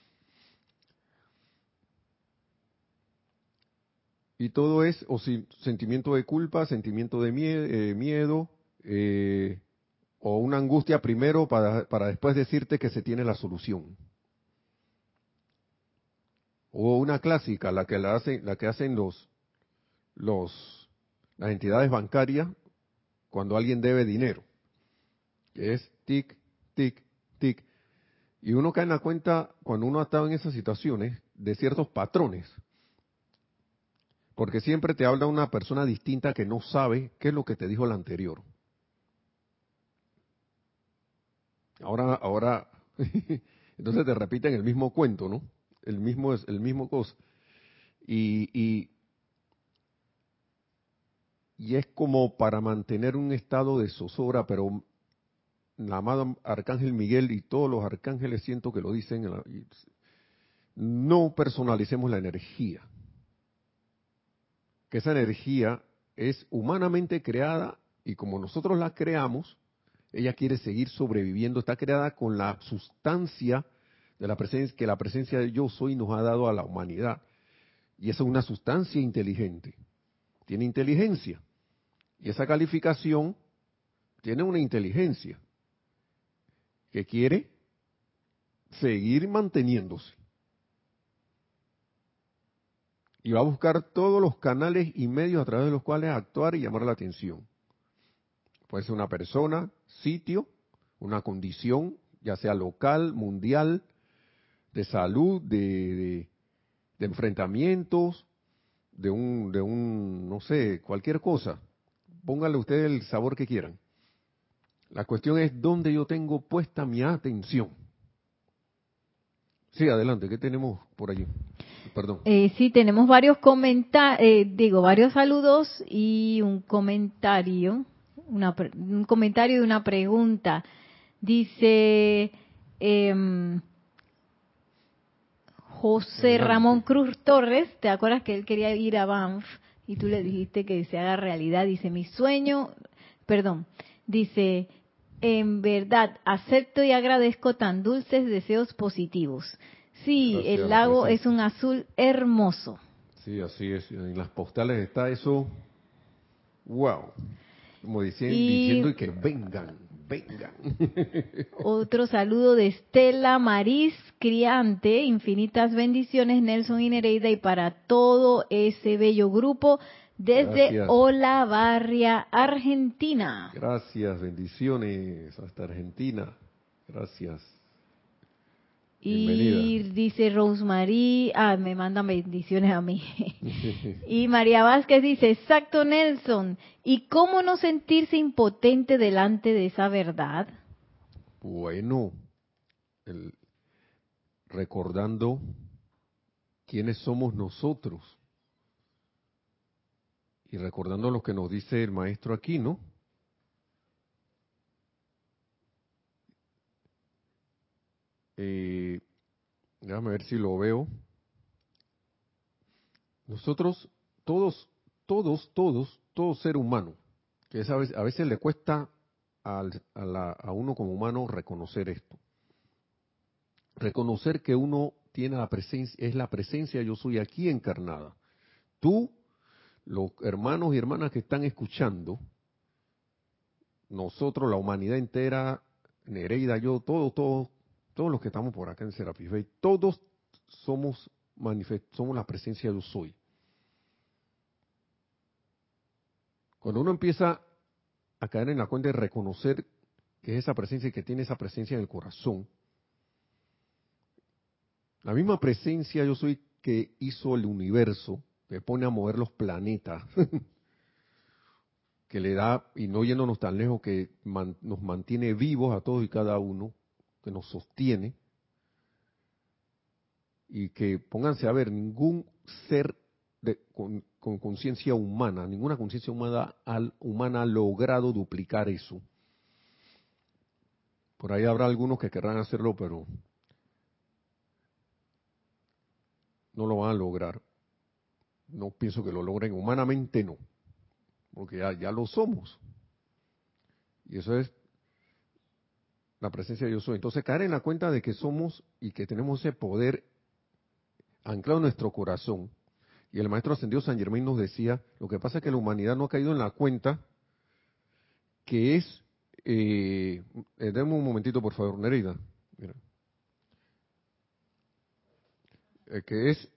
Y todo es o si, sentimiento de culpa, sentimiento de mie eh, miedo, eh, o una angustia primero para, para después decirte que se tiene la solución. O una clásica, la que la hacen, la que hacen los, los, las entidades bancarias cuando alguien debe dinero, que es tic, tic, tic. Y uno cae en la cuenta, cuando uno ha estado en esas situaciones, de ciertos patrones. Porque siempre te habla una persona distinta que no sabe qué es lo que te dijo la anterior. Ahora, ahora, entonces te repiten el mismo cuento, ¿no? El mismo es el mismo cosa. Y, y, y es como para mantener un estado de zozobra, pero el amado Arcángel Miguel y todos los arcángeles siento que lo dicen, no personalicemos la energía. Que esa energía es humanamente creada y como nosotros la creamos, ella quiere seguir sobreviviendo, está creada con la sustancia de la presencia que la presencia de yo soy nos ha dado a la humanidad. Y esa es una sustancia inteligente, tiene inteligencia. Y esa calificación tiene una inteligencia que quiere seguir manteniéndose. Y va a buscar todos los canales y medios a través de los cuales actuar y llamar la atención. Puede ser una persona, sitio, una condición, ya sea local, mundial, de salud, de, de, de enfrentamientos, de un, de un, no sé, cualquier cosa. Pónganle ustedes el sabor que quieran. La cuestión es dónde yo tengo puesta mi atención. Sí, adelante, ¿qué tenemos por allí? Perdón. Eh, sí, tenemos varios comentarios, eh, digo, varios saludos y un comentario, una, un comentario y una pregunta. Dice eh, José Ramón Adelante. Cruz Torres, ¿te acuerdas que él quería ir a Banff y tú le dijiste que se haga realidad? Dice, mi sueño, perdón, dice, en verdad, acepto y agradezco tan dulces deseos positivos. Sí, Gracias a el la lago es presencia. un azul hermoso. Sí, así es. En las postales está eso. Wow. Como dicen, Y diciendo y que vengan, vengan. otro saludo de Estela Maris Criante, infinitas bendiciones Nelson y Nereida y para todo ese bello grupo desde Gracias. Olavarria, Argentina. Gracias, bendiciones hasta Argentina. Gracias. Bienvenida. Y dice Rosemary, ah, me mandan bendiciones a mí. Y María Vázquez dice, exacto Nelson, ¿y cómo no sentirse impotente delante de esa verdad? Bueno, el- recordando quiénes somos nosotros y recordando lo que nos dice el maestro aquí, ¿no? Eh, déjame ver si lo veo. Nosotros, todos, todos, todos, todo ser humano, que es a veces, a veces le cuesta al- a, la- a uno como humano reconocer esto. Reconocer que uno tiene la presencia, es la presencia yo soy aquí encarnada. Tú, los hermanos y hermanas que están escuchando, nosotros, la humanidad entera, Nereida, yo, todos, todos, todos los que estamos por acá en Serapis Bay, todos somos manifest, somos la presencia yo soy. Cuando uno empieza a caer en la cuenta de reconocer que es esa presencia y que tiene esa presencia en el corazón, la misma presencia yo soy que hizo el universo, que pone a mover los planetas, que le da, y no yéndonos tan lejos, que man, nos mantiene vivos a todos y cada uno, que nos sostiene, y que pónganse a ver, ningún ser de, con, con conciencia humana, ninguna conciencia humana, al, humana ha logrado duplicar eso. Por ahí habrá algunos que querrán hacerlo, pero no lo van a lograr. No pienso que lo logren humanamente, no, porque ya, ya lo somos. Y eso es la presencia de yo soy. Entonces, caer en la cuenta de que somos y que tenemos ese poder anclado en nuestro corazón. Y el maestro ascendido San Germain nos decía, lo que pasa es que la humanidad no ha caído en la cuenta que es, eh, eh, denme un momentito por favor, Nereida, mira, eh, que es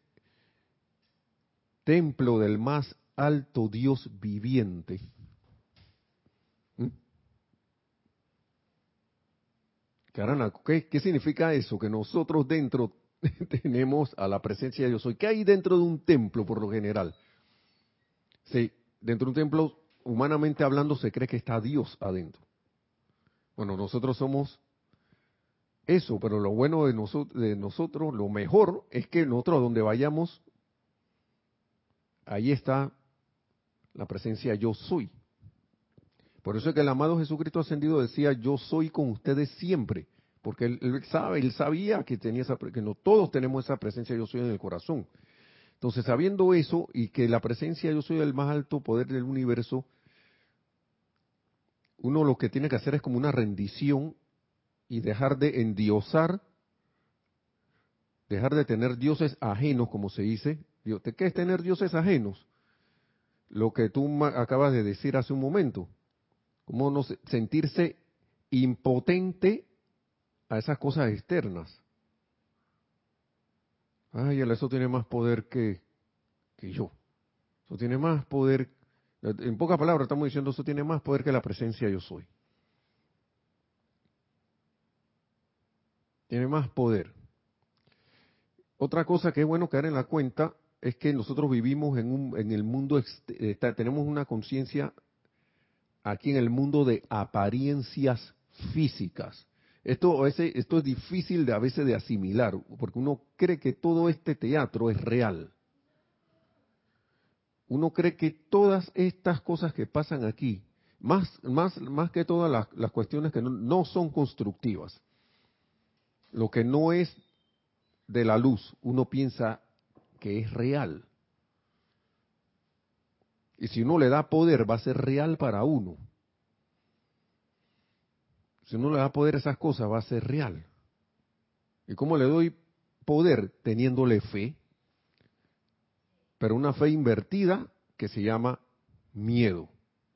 templo del más alto Dios viviente. ¿Mm? Caramba, ¿qué, ¿qué significa eso? Que nosotros dentro tenemos a la presencia de Dios soy. ¿Qué hay dentro de un templo por lo general? Sí, dentro de un templo, humanamente hablando, se cree que está Dios adentro. Bueno, nosotros somos eso, pero lo bueno de, noso de nosotros, lo mejor, es que nosotros donde vayamos, ahí está la presencia yo soy. Por eso es que el amado Jesucristo ascendido decía, yo soy con ustedes siempre, porque él, él sabe, él sabía que tenía esa, que no todos tenemos esa presencia yo soy en el corazón. Entonces, sabiendo eso y que la presencia yo soy el más alto poder del universo, uno lo que tiene que hacer es como una rendición y dejar de endiosar, dejar de tener dioses ajenos, como se dice. ¿Qué es tener dioses ajenos? Lo que tú acabas de decir hace un momento. Cómo no sentirse impotente a esas cosas externas. Ay, eso tiene más poder que, que yo. Eso tiene más poder. En pocas palabras estamos diciendo, eso tiene más poder que la presencia yo soy. Tiene más poder. Otra cosa que es bueno caer en la cuenta es que nosotros vivimos en, un, en el mundo, está, tenemos una conciencia aquí en el mundo de apariencias físicas. Esto, a veces, esto es difícil de a veces de asimilar, porque uno cree que todo este teatro es real. Uno cree que todas estas cosas que pasan aquí, más, más, más que todas las, las cuestiones que no, no son constructivas, lo que no es de la luz, uno piensa que es real. Y si uno le da poder, va a ser real para uno. Si uno le da poder a esas cosas, va a ser real. ¿Y cómo le doy poder? Teniéndole fe. Pero una fe invertida que se llama miedo.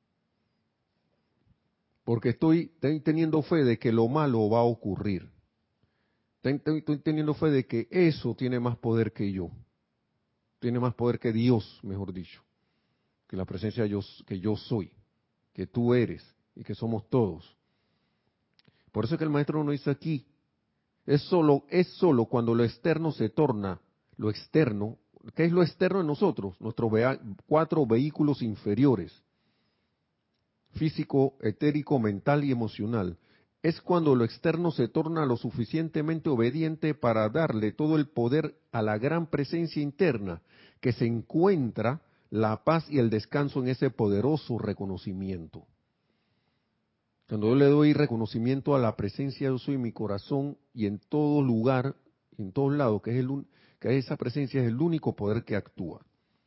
Porque estoy, estoy teniendo fe de que lo malo va a ocurrir. Estoy, estoy teniendo fe de que eso tiene más poder que yo. Tiene más poder que Dios, mejor dicho. Que la presencia de yo, que yo soy. Que tú eres. Y que somos todos. Por eso es que el maestro nos dice aquí, es solo, es solo cuando lo externo se torna lo externo. ¿Qué es lo externo en nosotros? Nuestros vea, cuatro vehículos inferiores, físico, etérico, mental y emocional. Es cuando lo externo se torna lo suficientemente obediente para darle todo el poder a la gran presencia interna, que se encuentra la paz y el descanso en ese poderoso reconocimiento. Cuando yo le doy reconocimiento a la presencia yo soy en mi corazón y en todo lugar, en todos lados, que es el que esa presencia es el único poder que actúa.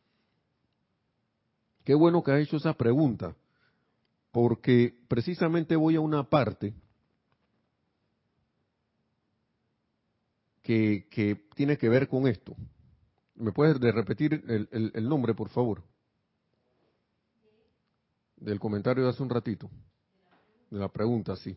Qué bueno que ha hecho esa pregunta, porque precisamente voy a una parte que, que tiene que ver con esto. ¿Me puedes repetir el, el, el nombre, por favor? Del comentario de hace un ratito. De la pregunta, sí.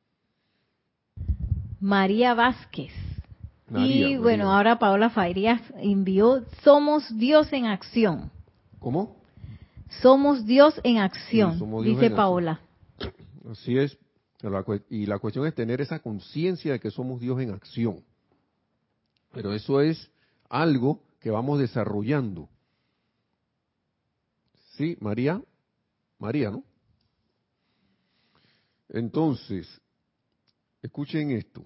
María Vázquez. María, Y María. bueno, ahora Paola Farías envió Somos Dios en acción. ¿Cómo? Somos Dios en acción, Sí, somos Dios dice en acción. Paola. Así es. Y la cuestión es tener esa conciencia de que somos Dios en acción. Pero eso es algo que vamos desarrollando. Sí, María. María, ¿no? Entonces, escuchen esto.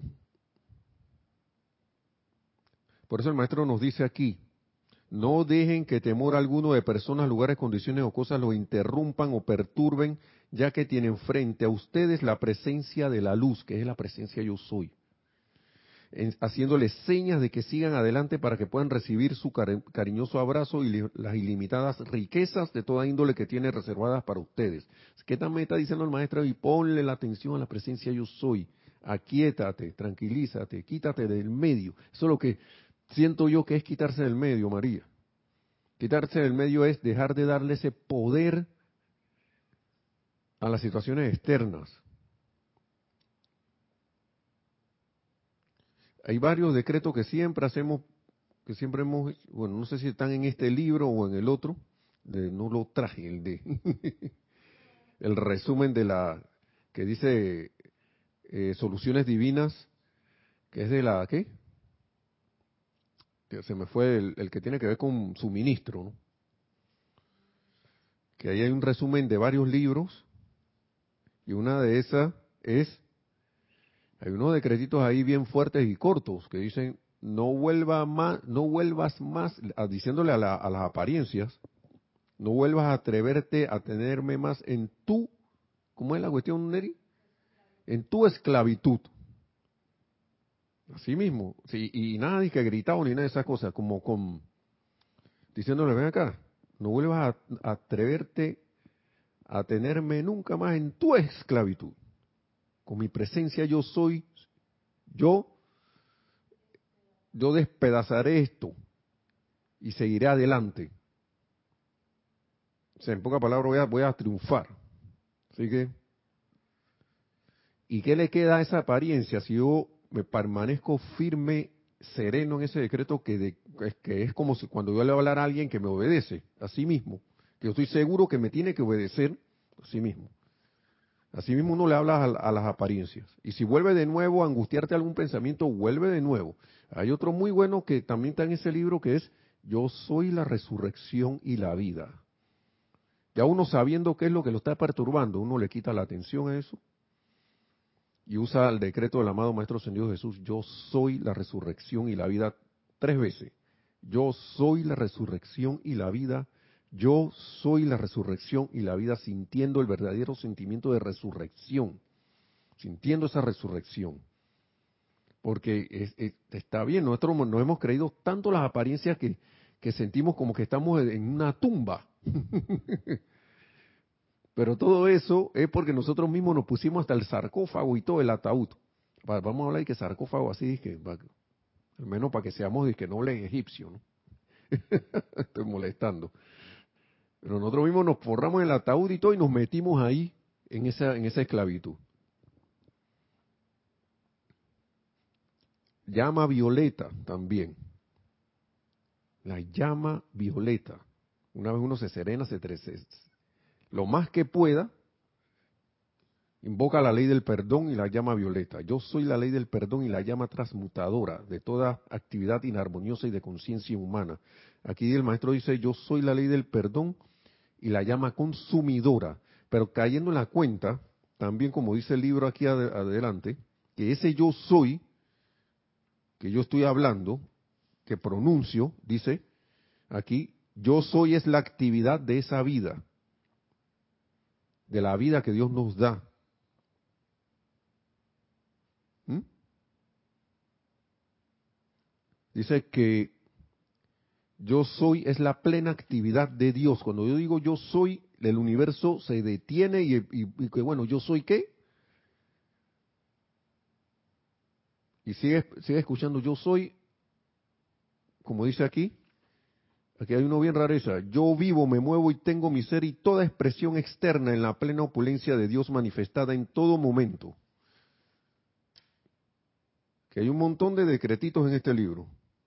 Por eso el maestro nos dice aquí, no dejen que temor alguno de personas, lugares, condiciones o cosas los interrumpan o perturben, ya que tienen frente a ustedes la presencia de la luz, que es la presencia yo soy, en, haciéndoles señas de que sigan adelante para que puedan recibir su cari cariñoso abrazo y li las ilimitadas riquezas de toda índole que tiene reservadas para ustedes. ¿Qué también está diciendo el maestro? Y ponle la atención a la presencia yo soy. Aquíétate, tranquilízate, quítate del medio. Eso es lo que siento yo que es quitarse del medio, María. Quitarse del medio es dejar de darle ese poder a las situaciones externas. Hay varios decretos que siempre hacemos, que siempre hemos, bueno, no sé si están en este libro o en el otro, de, no lo traje, el de, el resumen de la, que dice eh, soluciones divinas, que es de la, ¿qué? Que se me fue el, el que tiene que ver con suministro, ¿no? Que ahí hay un resumen de varios libros y una de esas es, hay unos decretitos ahí bien fuertes y cortos que dicen no vuelva más, no vuelvas más, diciéndole a, la, a las apariencias, no vuelvas a atreverte a tenerme más en tu, ¿cómo es la cuestión, Neri? En tu esclavitud. Así mismo, sí, y nada de que gritado ni nada de esas cosas, como con diciéndole, ven acá, no vuelvas a, a atreverte a tenerme nunca más en tu esclavitud. Con mi presencia yo soy, yo, yo despedazaré esto y seguiré adelante. O sea, en pocas palabras voy a, voy a triunfar. Así que, ¿y qué le queda a esa apariencia si yo me permanezco firme, sereno en ese decreto que, de, que es como si cuando yo le hablar a alguien que me obedece, a sí mismo, que yo estoy seguro que me tiene que obedecer a sí mismo. Así mismo uno le habla a, a las apariencias. Y si vuelve de nuevo a angustiarte algún pensamiento, vuelve de nuevo. Hay otro muy bueno que también está en ese libro que es Yo soy la resurrección y la vida. Ya uno sabiendo qué es lo que lo está perturbando, uno le quita la atención a eso y usa el decreto del amado Maestro Ascendido Jesús, yo soy la resurrección y la vida, tres veces. Yo soy la resurrección y la vida, yo soy la resurrección y la vida, sintiendo el verdadero sentimiento de resurrección, sintiendo esa resurrección. Porque es, es, está bien, nosotros nos hemos creído tanto las apariencias que, que sentimos como que estamos en una tumba. Pero todo eso es porque nosotros mismos nos pusimos hasta el sarcófago y todo el ataúd. Vamos a hablar de que sarcófago así, que al menos para que seamos de que nobles egipcios, ¿no? Estoy molestando. Pero nosotros mismos nos forramos en el ataúd y todo y nos metimos ahí en esa, en esa esclavitud. Llama violeta también. La llama violeta. Una vez uno se serena, se trece. Lo más que pueda, invoca la ley del perdón y la llama violeta. Yo soy la ley del perdón y la llama transmutadora de toda actividad inarmoniosa y de conciencia humana. Aquí el maestro dice, yo soy la ley del perdón y la llama consumidora. Pero cayendo en la cuenta, también como dice el libro aquí ad adelante, que ese yo soy, que yo estoy hablando, que pronuncio, dice aquí, yo soy es la actividad de esa vida, de la vida que Dios nos da. ¿Mm? Dice que yo soy es la plena actividad de Dios. Cuando yo digo yo soy, el universo se detiene y, y, y que bueno, ¿yo soy qué? Y sigue, sigue escuchando, yo soy, como dice aquí, aquí hay uno bien rareza, yo vivo, me muevo y tengo mi ser y toda expresión externa en la plena opulencia de Dios manifestada en todo momento. Que hay un montón de decretitos en este libro.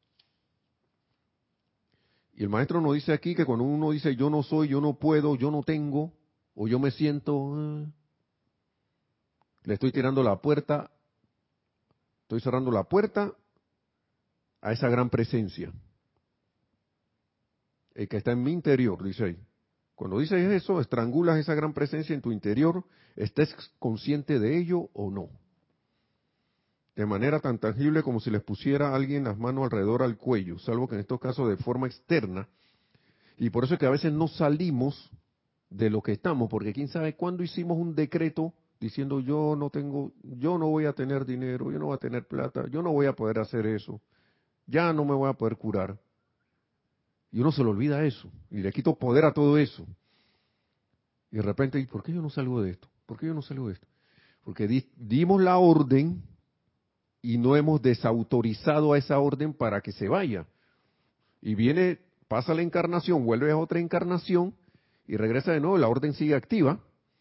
Y el maestro nos dice aquí que cuando uno dice yo no soy, yo no puedo, yo no tengo, o yo me siento, eh, le estoy tirando la puerta, estoy cerrando la puerta a esa gran presencia, el que está en mi interior, dice ahí. Cuando dices eso, estrangulas esa gran presencia en tu interior, estés consciente de ello o no. De manera tan tangible como si les pusiera a alguien las manos alrededor al cuello, salvo que en estos casos de forma externa. Y por eso es que a veces no salimos de lo que estamos, porque quién sabe cuándo hicimos un decreto diciendo yo no tengo, yo no voy a tener dinero, yo no voy a tener plata, yo no voy a poder hacer eso, ya no me voy a poder curar. Y uno se le olvida eso, y le quito poder a todo eso. Y de repente, ¿y por qué yo no salgo de esto? ¿Por qué yo no salgo de esto? Porque di, dimos la orden y no hemos desautorizado a esa orden para que se vaya. Y viene, pasa la encarnación, vuelve a otra encarnación y regresa de nuevo, la orden sigue activa.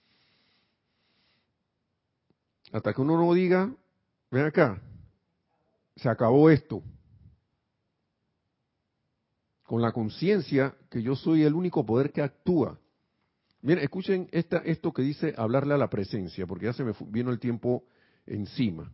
Hasta que uno no diga, ven acá, se acabó esto. Con la conciencia que yo soy el único poder que actúa. Miren, escuchen esta, esto que dice hablarle a la presencia, porque ya se me vino el tiempo encima.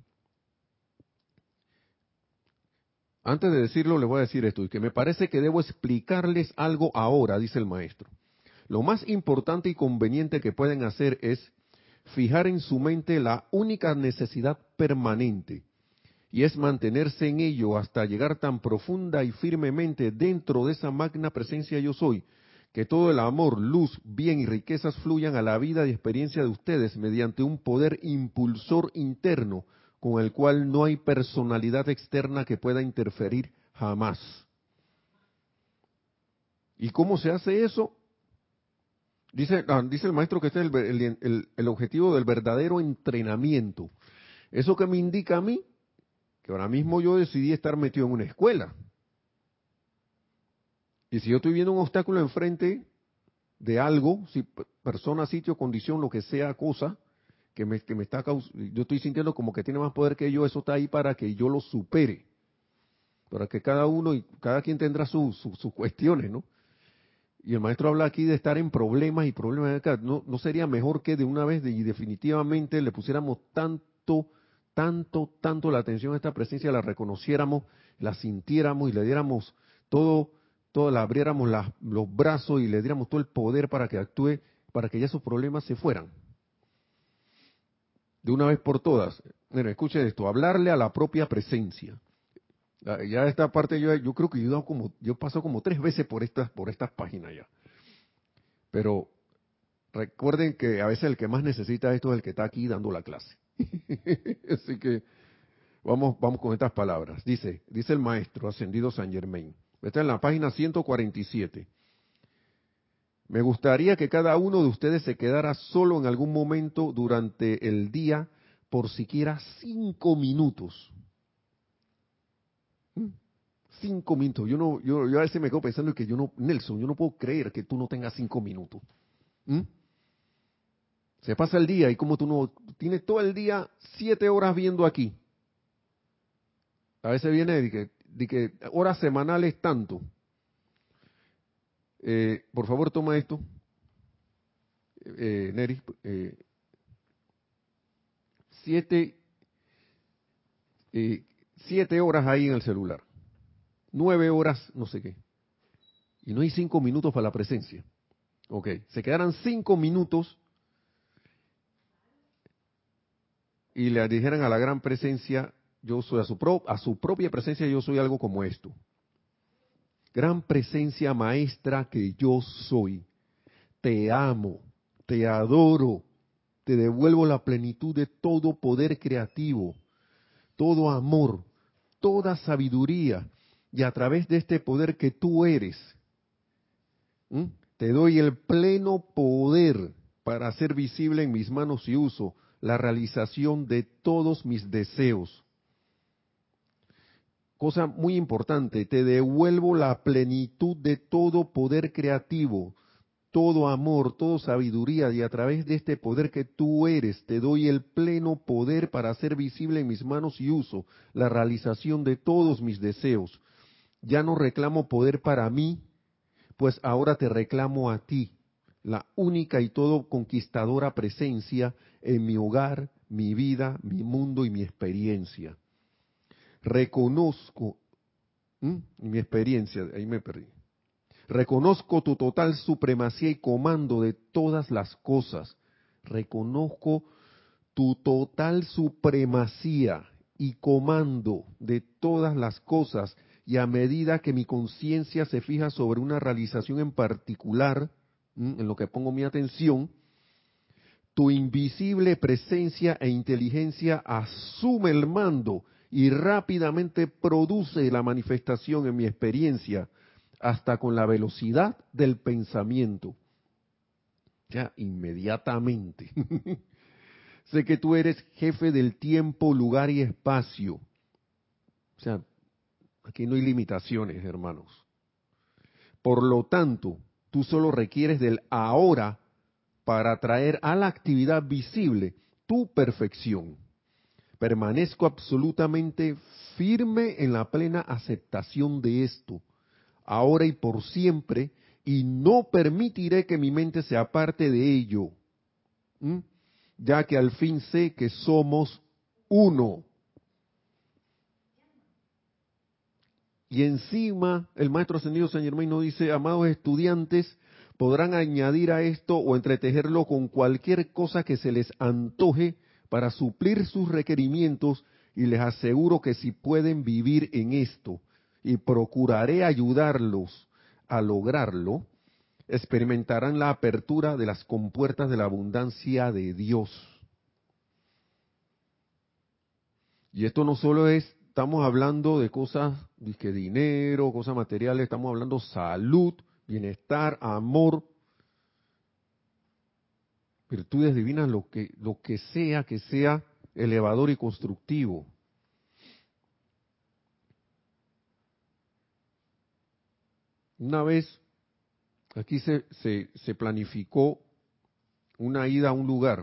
Antes de decirlo, les voy a decir esto, y que me parece que debo explicarles algo ahora, dice el maestro. Lo más importante y conveniente que pueden hacer es fijar en su mente la única necesidad permanente, y es mantenerse en ello hasta llegar tan profunda y firmemente dentro de esa magna presencia yo soy, que todo el amor, luz, bien y riquezas fluyan a la vida y experiencia de ustedes mediante un poder impulsor interno con el cual no hay personalidad externa que pueda interferir jamás. ¿Y cómo se hace eso? Dice, ah, dice el maestro que este es el, el, el, el objetivo del verdadero entrenamiento. Eso que me indica a mí, que ahora mismo yo decidí estar metido en una escuela. Y si yo estoy viendo un obstáculo enfrente de algo, si persona, sitio, condición, lo que sea, cosa, que me, que me está causando, yo estoy sintiendo como que tiene más poder que yo, eso está ahí para que yo lo supere. Para que cada uno y cada quien tendrá sus su, su cuestiones, ¿no? Y el maestro habla aquí de estar en problemas y problemas de acá. ¿No, no sería mejor que de una vez de, y definitivamente le pusiéramos tanto, tanto, tanto la atención a esta presencia, la reconociéramos, la sintiéramos y le diéramos todo, todo, la abriéramos las, los brazos y le diéramos todo el poder para que actúe, para que ya esos problemas se fueran? De una vez por todas. Mira, escuchen esto, hablarle a la propia presencia. Ya esta parte yo, yo creo que yo he dado como, yo he pasado como tres veces por estas, por estas páginas ya. Pero recuerden que a veces el que más necesita esto es el que está aquí dando la clase. Así que vamos, vamos con estas palabras. Dice, dice el maestro ascendido Saint Germain. Está en la página ciento cuarenta y siete. Me gustaría que cada uno de ustedes se quedara solo en algún momento durante el día por siquiera cinco minutos. Cinco minutos. Yo no, yo, yo a veces me quedo pensando que yo no, Nelson, yo no puedo creer que tú no tengas cinco minutos. ¿Mm? Se pasa el día y como tú no tienes todo el día siete horas viendo aquí. A veces viene de que, de que horas semanales tanto. Eh, por favor, toma esto, eh, Neri. Eh, siete, eh, siete horas ahí en el celular. Nueve horas, no sé qué. Y no hay cinco minutos para la presencia. Ok, se quedaran cinco minutos y le dijeran a la gran presencia, yo soy a su, pro, a su propia presencia, yo soy algo como esto. Gran presencia maestra que yo soy. Te amo, te adoro, te devuelvo la plenitud de todo poder creativo, todo amor, toda sabiduría, y a través de este poder que tú eres, ¿m? Te doy el pleno poder para hacer visible en mis manos y uso la realización de todos mis deseos. Cosa muy importante, te devuelvo la plenitud de todo poder creativo, todo amor, toda sabiduría, y a través de este poder que tú eres, te doy el pleno poder para hacer visible en mis manos y uso la realización de todos mis deseos. Ya no reclamo poder para mí, pues ahora te reclamo a ti, la única y todo conquistadora presencia en mi hogar, mi vida, mi mundo y mi experiencia. Reconozco, ¿m? mi experiencia, ahí me perdí. Reconozco tu total supremacía y comando de todas las cosas. Reconozco tu total supremacía y comando de todas las cosas, y a medida que mi conciencia se fija sobre una realización en particular, en lo que pongo mi atención, tu invisible presencia e inteligencia asume el mando y rápidamente produce la manifestación en mi experiencia, hasta con la velocidad del pensamiento. Ya, inmediatamente. Sé que tú eres jefe del tiempo, lugar y espacio. O sea, aquí no hay limitaciones, hermanos. Por lo tanto, tú solo requieres del ahora para traer a la actividad visible tu perfección. Permanezco absolutamente firme en la plena aceptación de esto, ahora y por siempre, y no permitiré que mi mente se aparte de ello, ¿Mm? ya que al fin sé que somos uno. Y encima, el maestro ascendido Saint Germain nos dice: amados estudiantes, podrán añadir a esto o entretejerlo con cualquier cosa que se les antoje para suplir sus requerimientos, y les aseguro que si pueden vivir en esto, y procuraré ayudarlos a lograrlo, experimentarán la apertura de las compuertas de la abundancia de Dios. Y esto no solo es, estamos hablando de cosas, de dinero, cosas materiales, estamos hablando salud, bienestar, amor, virtudes divinas, lo que, lo que sea que sea elevador y constructivo. Una vez, aquí se, se, se planificó una ida a un lugar,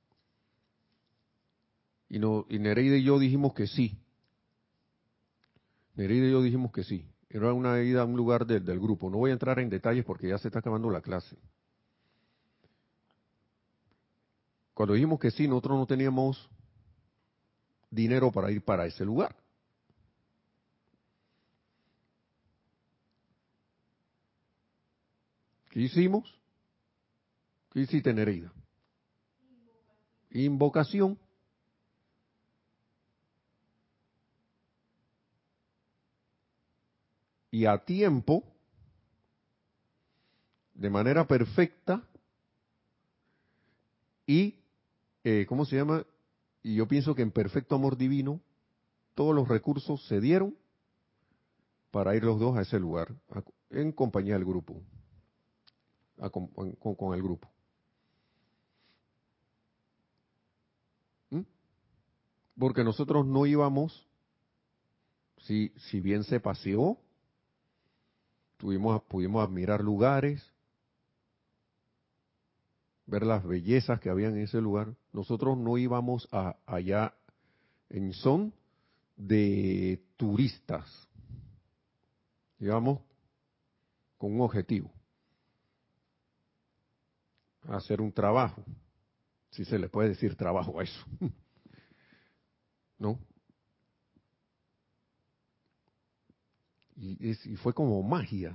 y, no, y Nereida y yo dijimos que sí. Nereida y yo dijimos que sí. Era una ida a un lugar del, del grupo. No voy a entrar en detalles porque ya se está acabando la clase. Cuando dijimos que sí, nosotros no teníamos dinero para ir para ese lugar. ¿Qué hicimos? ¿Qué hiciste, Nereida? Invocación. Y a tiempo, de manera perfecta, y, eh, ¿cómo se llama? Y yo pienso que en perfecto amor divino, todos los recursos se dieron para ir los dos a ese lugar, a, en compañía del grupo, a, con, con, con el grupo. ¿Mm? Porque nosotros no íbamos, si, si bien se paseó, tuvimos, pudimos admirar lugares, ver las bellezas que habían en ese lugar. Nosotros no íbamos a, allá en son de turistas, íbamos con un objetivo, a hacer un trabajo, si se le puede decir trabajo a eso, ¿no? Y, es, y fue como magia.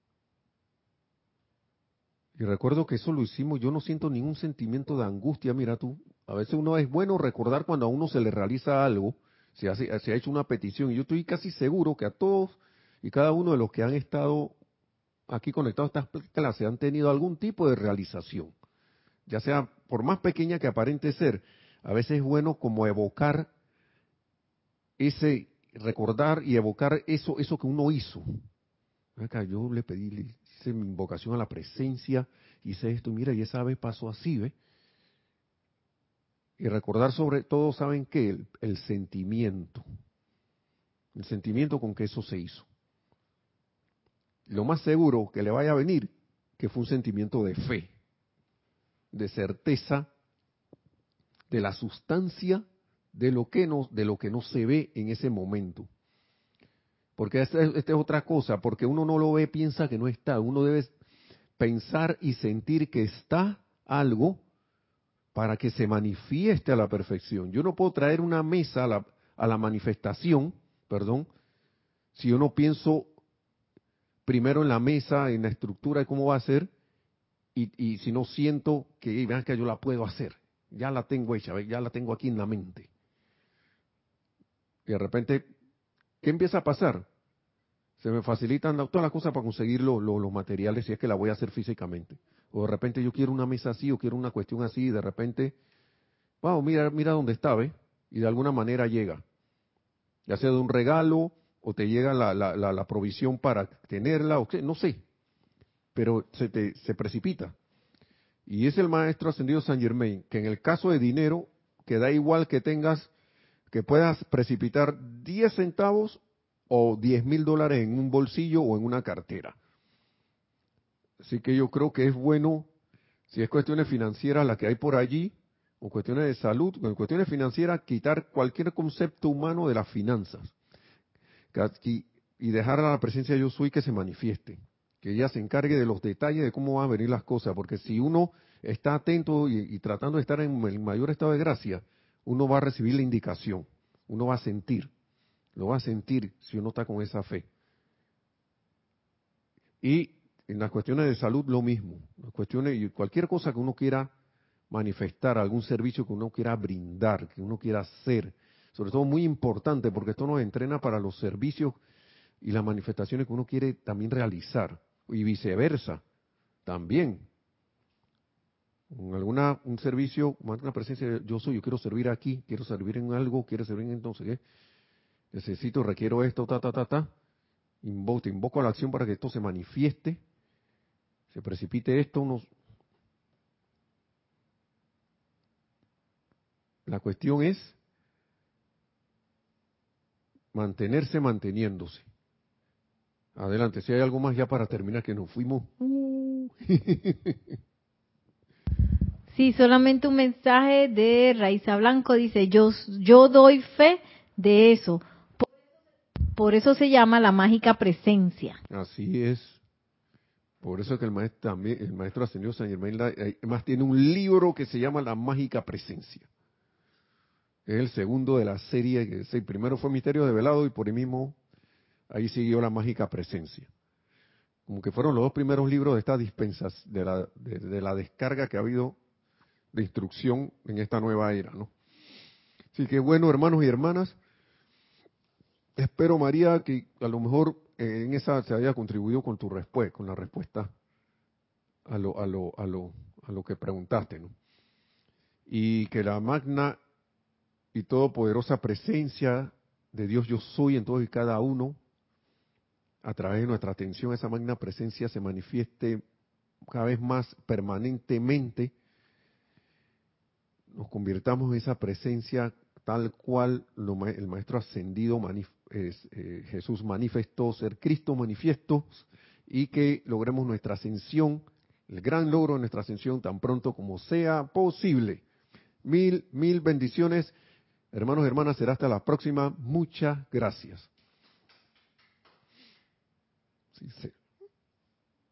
Y recuerdo que eso lo hicimos, yo no siento ningún sentimiento de angustia, mira tú, a veces uno es bueno recordar cuando a uno se le realiza algo, se, hace, se ha hecho una petición, y yo estoy casi seguro que a todos y cada uno de los que han estado aquí conectados a estas clases han tenido algún tipo de realización, ya sea por más pequeña que aparente ser. A veces es bueno como evocar ese, recordar y evocar eso, eso que uno hizo. Acá yo le pedí, le hice mi invocación a la presencia, hice esto, mira, y esa vez pasó así, ¿ves? Y recordar sobre todo, ¿saben qué? El, el sentimiento, el sentimiento con que eso se hizo. Lo más seguro que le vaya a venir, que fue un sentimiento de fe, de certeza, de la sustancia de lo que no, de lo que no se ve en ese momento. Porque esta es, esta es otra cosa, porque uno no lo ve, piensa que no está. Uno debe pensar y sentir que está algo para que se manifieste a la perfección. Yo no puedo traer una mesa a la, a la manifestación, perdón, si yo no pienso primero en la mesa, en la estructura de cómo va a ser, y, y si no siento que, vean que yo la puedo hacer, ya la tengo hecha, ya la tengo aquí en la mente. Y de repente, ¿qué empieza a pasar? Se me facilitan todas las cosas para conseguir lo, lo, los materiales si es que la voy a hacer físicamente. O de repente yo quiero una mesa así o quiero una cuestión así y de repente, wow, mira, mira dónde está, ¿ves? Y de alguna manera llega. Ya sea de un regalo o te llega la, la, la, la provisión para tenerla, o qué, no sé. Pero se, te, se precipita. Y es el maestro ascendido Saint Germain, que en el caso de dinero, que da igual que tengas, que puedas precipitar diez centavos o diez mil dólares en un bolsillo o en una cartera. Así que yo creo que es bueno, si es cuestiones financieras la que hay por allí, o cuestiones de salud, o en cuestiones financieras, quitar cualquier concepto humano de las finanzas y dejar a la presencia de yo soy que se manifieste, que ella se encargue de los detalles de cómo van a venir las cosas, porque si uno está atento y, y tratando de estar en el mayor estado de gracia, uno va a recibir la indicación, uno va a sentir, lo va a sentir si uno está con esa fe. Y en las cuestiones de salud lo mismo, las cuestiones y cualquier cosa que uno quiera manifestar, algún servicio que uno quiera brindar, que uno quiera hacer, sobre todo muy importante porque esto nos entrena para los servicios y las manifestaciones que uno quiere también realizar y viceversa, también. En alguna un servicio, una presencia, yo soy, yo quiero servir aquí, quiero servir en algo, quiero servir en entonces, ¿qué? Necesito, requiero esto, ta, ta, ta, ta. Invo, te invoco a la acción para que esto se manifieste, se precipite esto. Unos... La cuestión es mantenerse manteniéndose. Adelante, si hay algo más ya para terminar, que nos fuimos. Sí, solamente un mensaje de Raiza Blanco, dice, yo, yo doy fe de eso. Por, por eso se llama la mágica presencia. Así es. Por eso es que el maestro, también, el maestro ascendido Saint Germain, además tiene un libro que se llama La Mágica Presencia. Es el segundo de la serie. Que el primero fue Misterio Develado y por ahí mismo, ahí siguió La Mágica Presencia. Como que fueron los dos primeros libros de estas dispensas, de la, de, de la descarga que ha habido de instrucción en esta nueva era, ¿no? Así que bueno, hermanos y hermanas, espero, María, que a lo mejor eh, en esa se haya contribuido con tu respuesta, con la respuesta a lo, a lo, a lo, a lo que preguntaste, ¿no? Y que la magna y todopoderosa presencia de Dios yo soy en todos y cada uno, a través de nuestra atención, esa magna presencia se manifieste cada vez más permanentemente, nos convirtamos en esa presencia tal cual lo, el Maestro Ascendido manif, es, eh, Jesús manifestó, ser Cristo manifiesto, y que logremos nuestra ascensión, el gran logro de nuestra ascensión tan pronto como sea posible. Mil, mil bendiciones, hermanos y hermanas, será hasta la próxima. Muchas gracias. Sí, sí.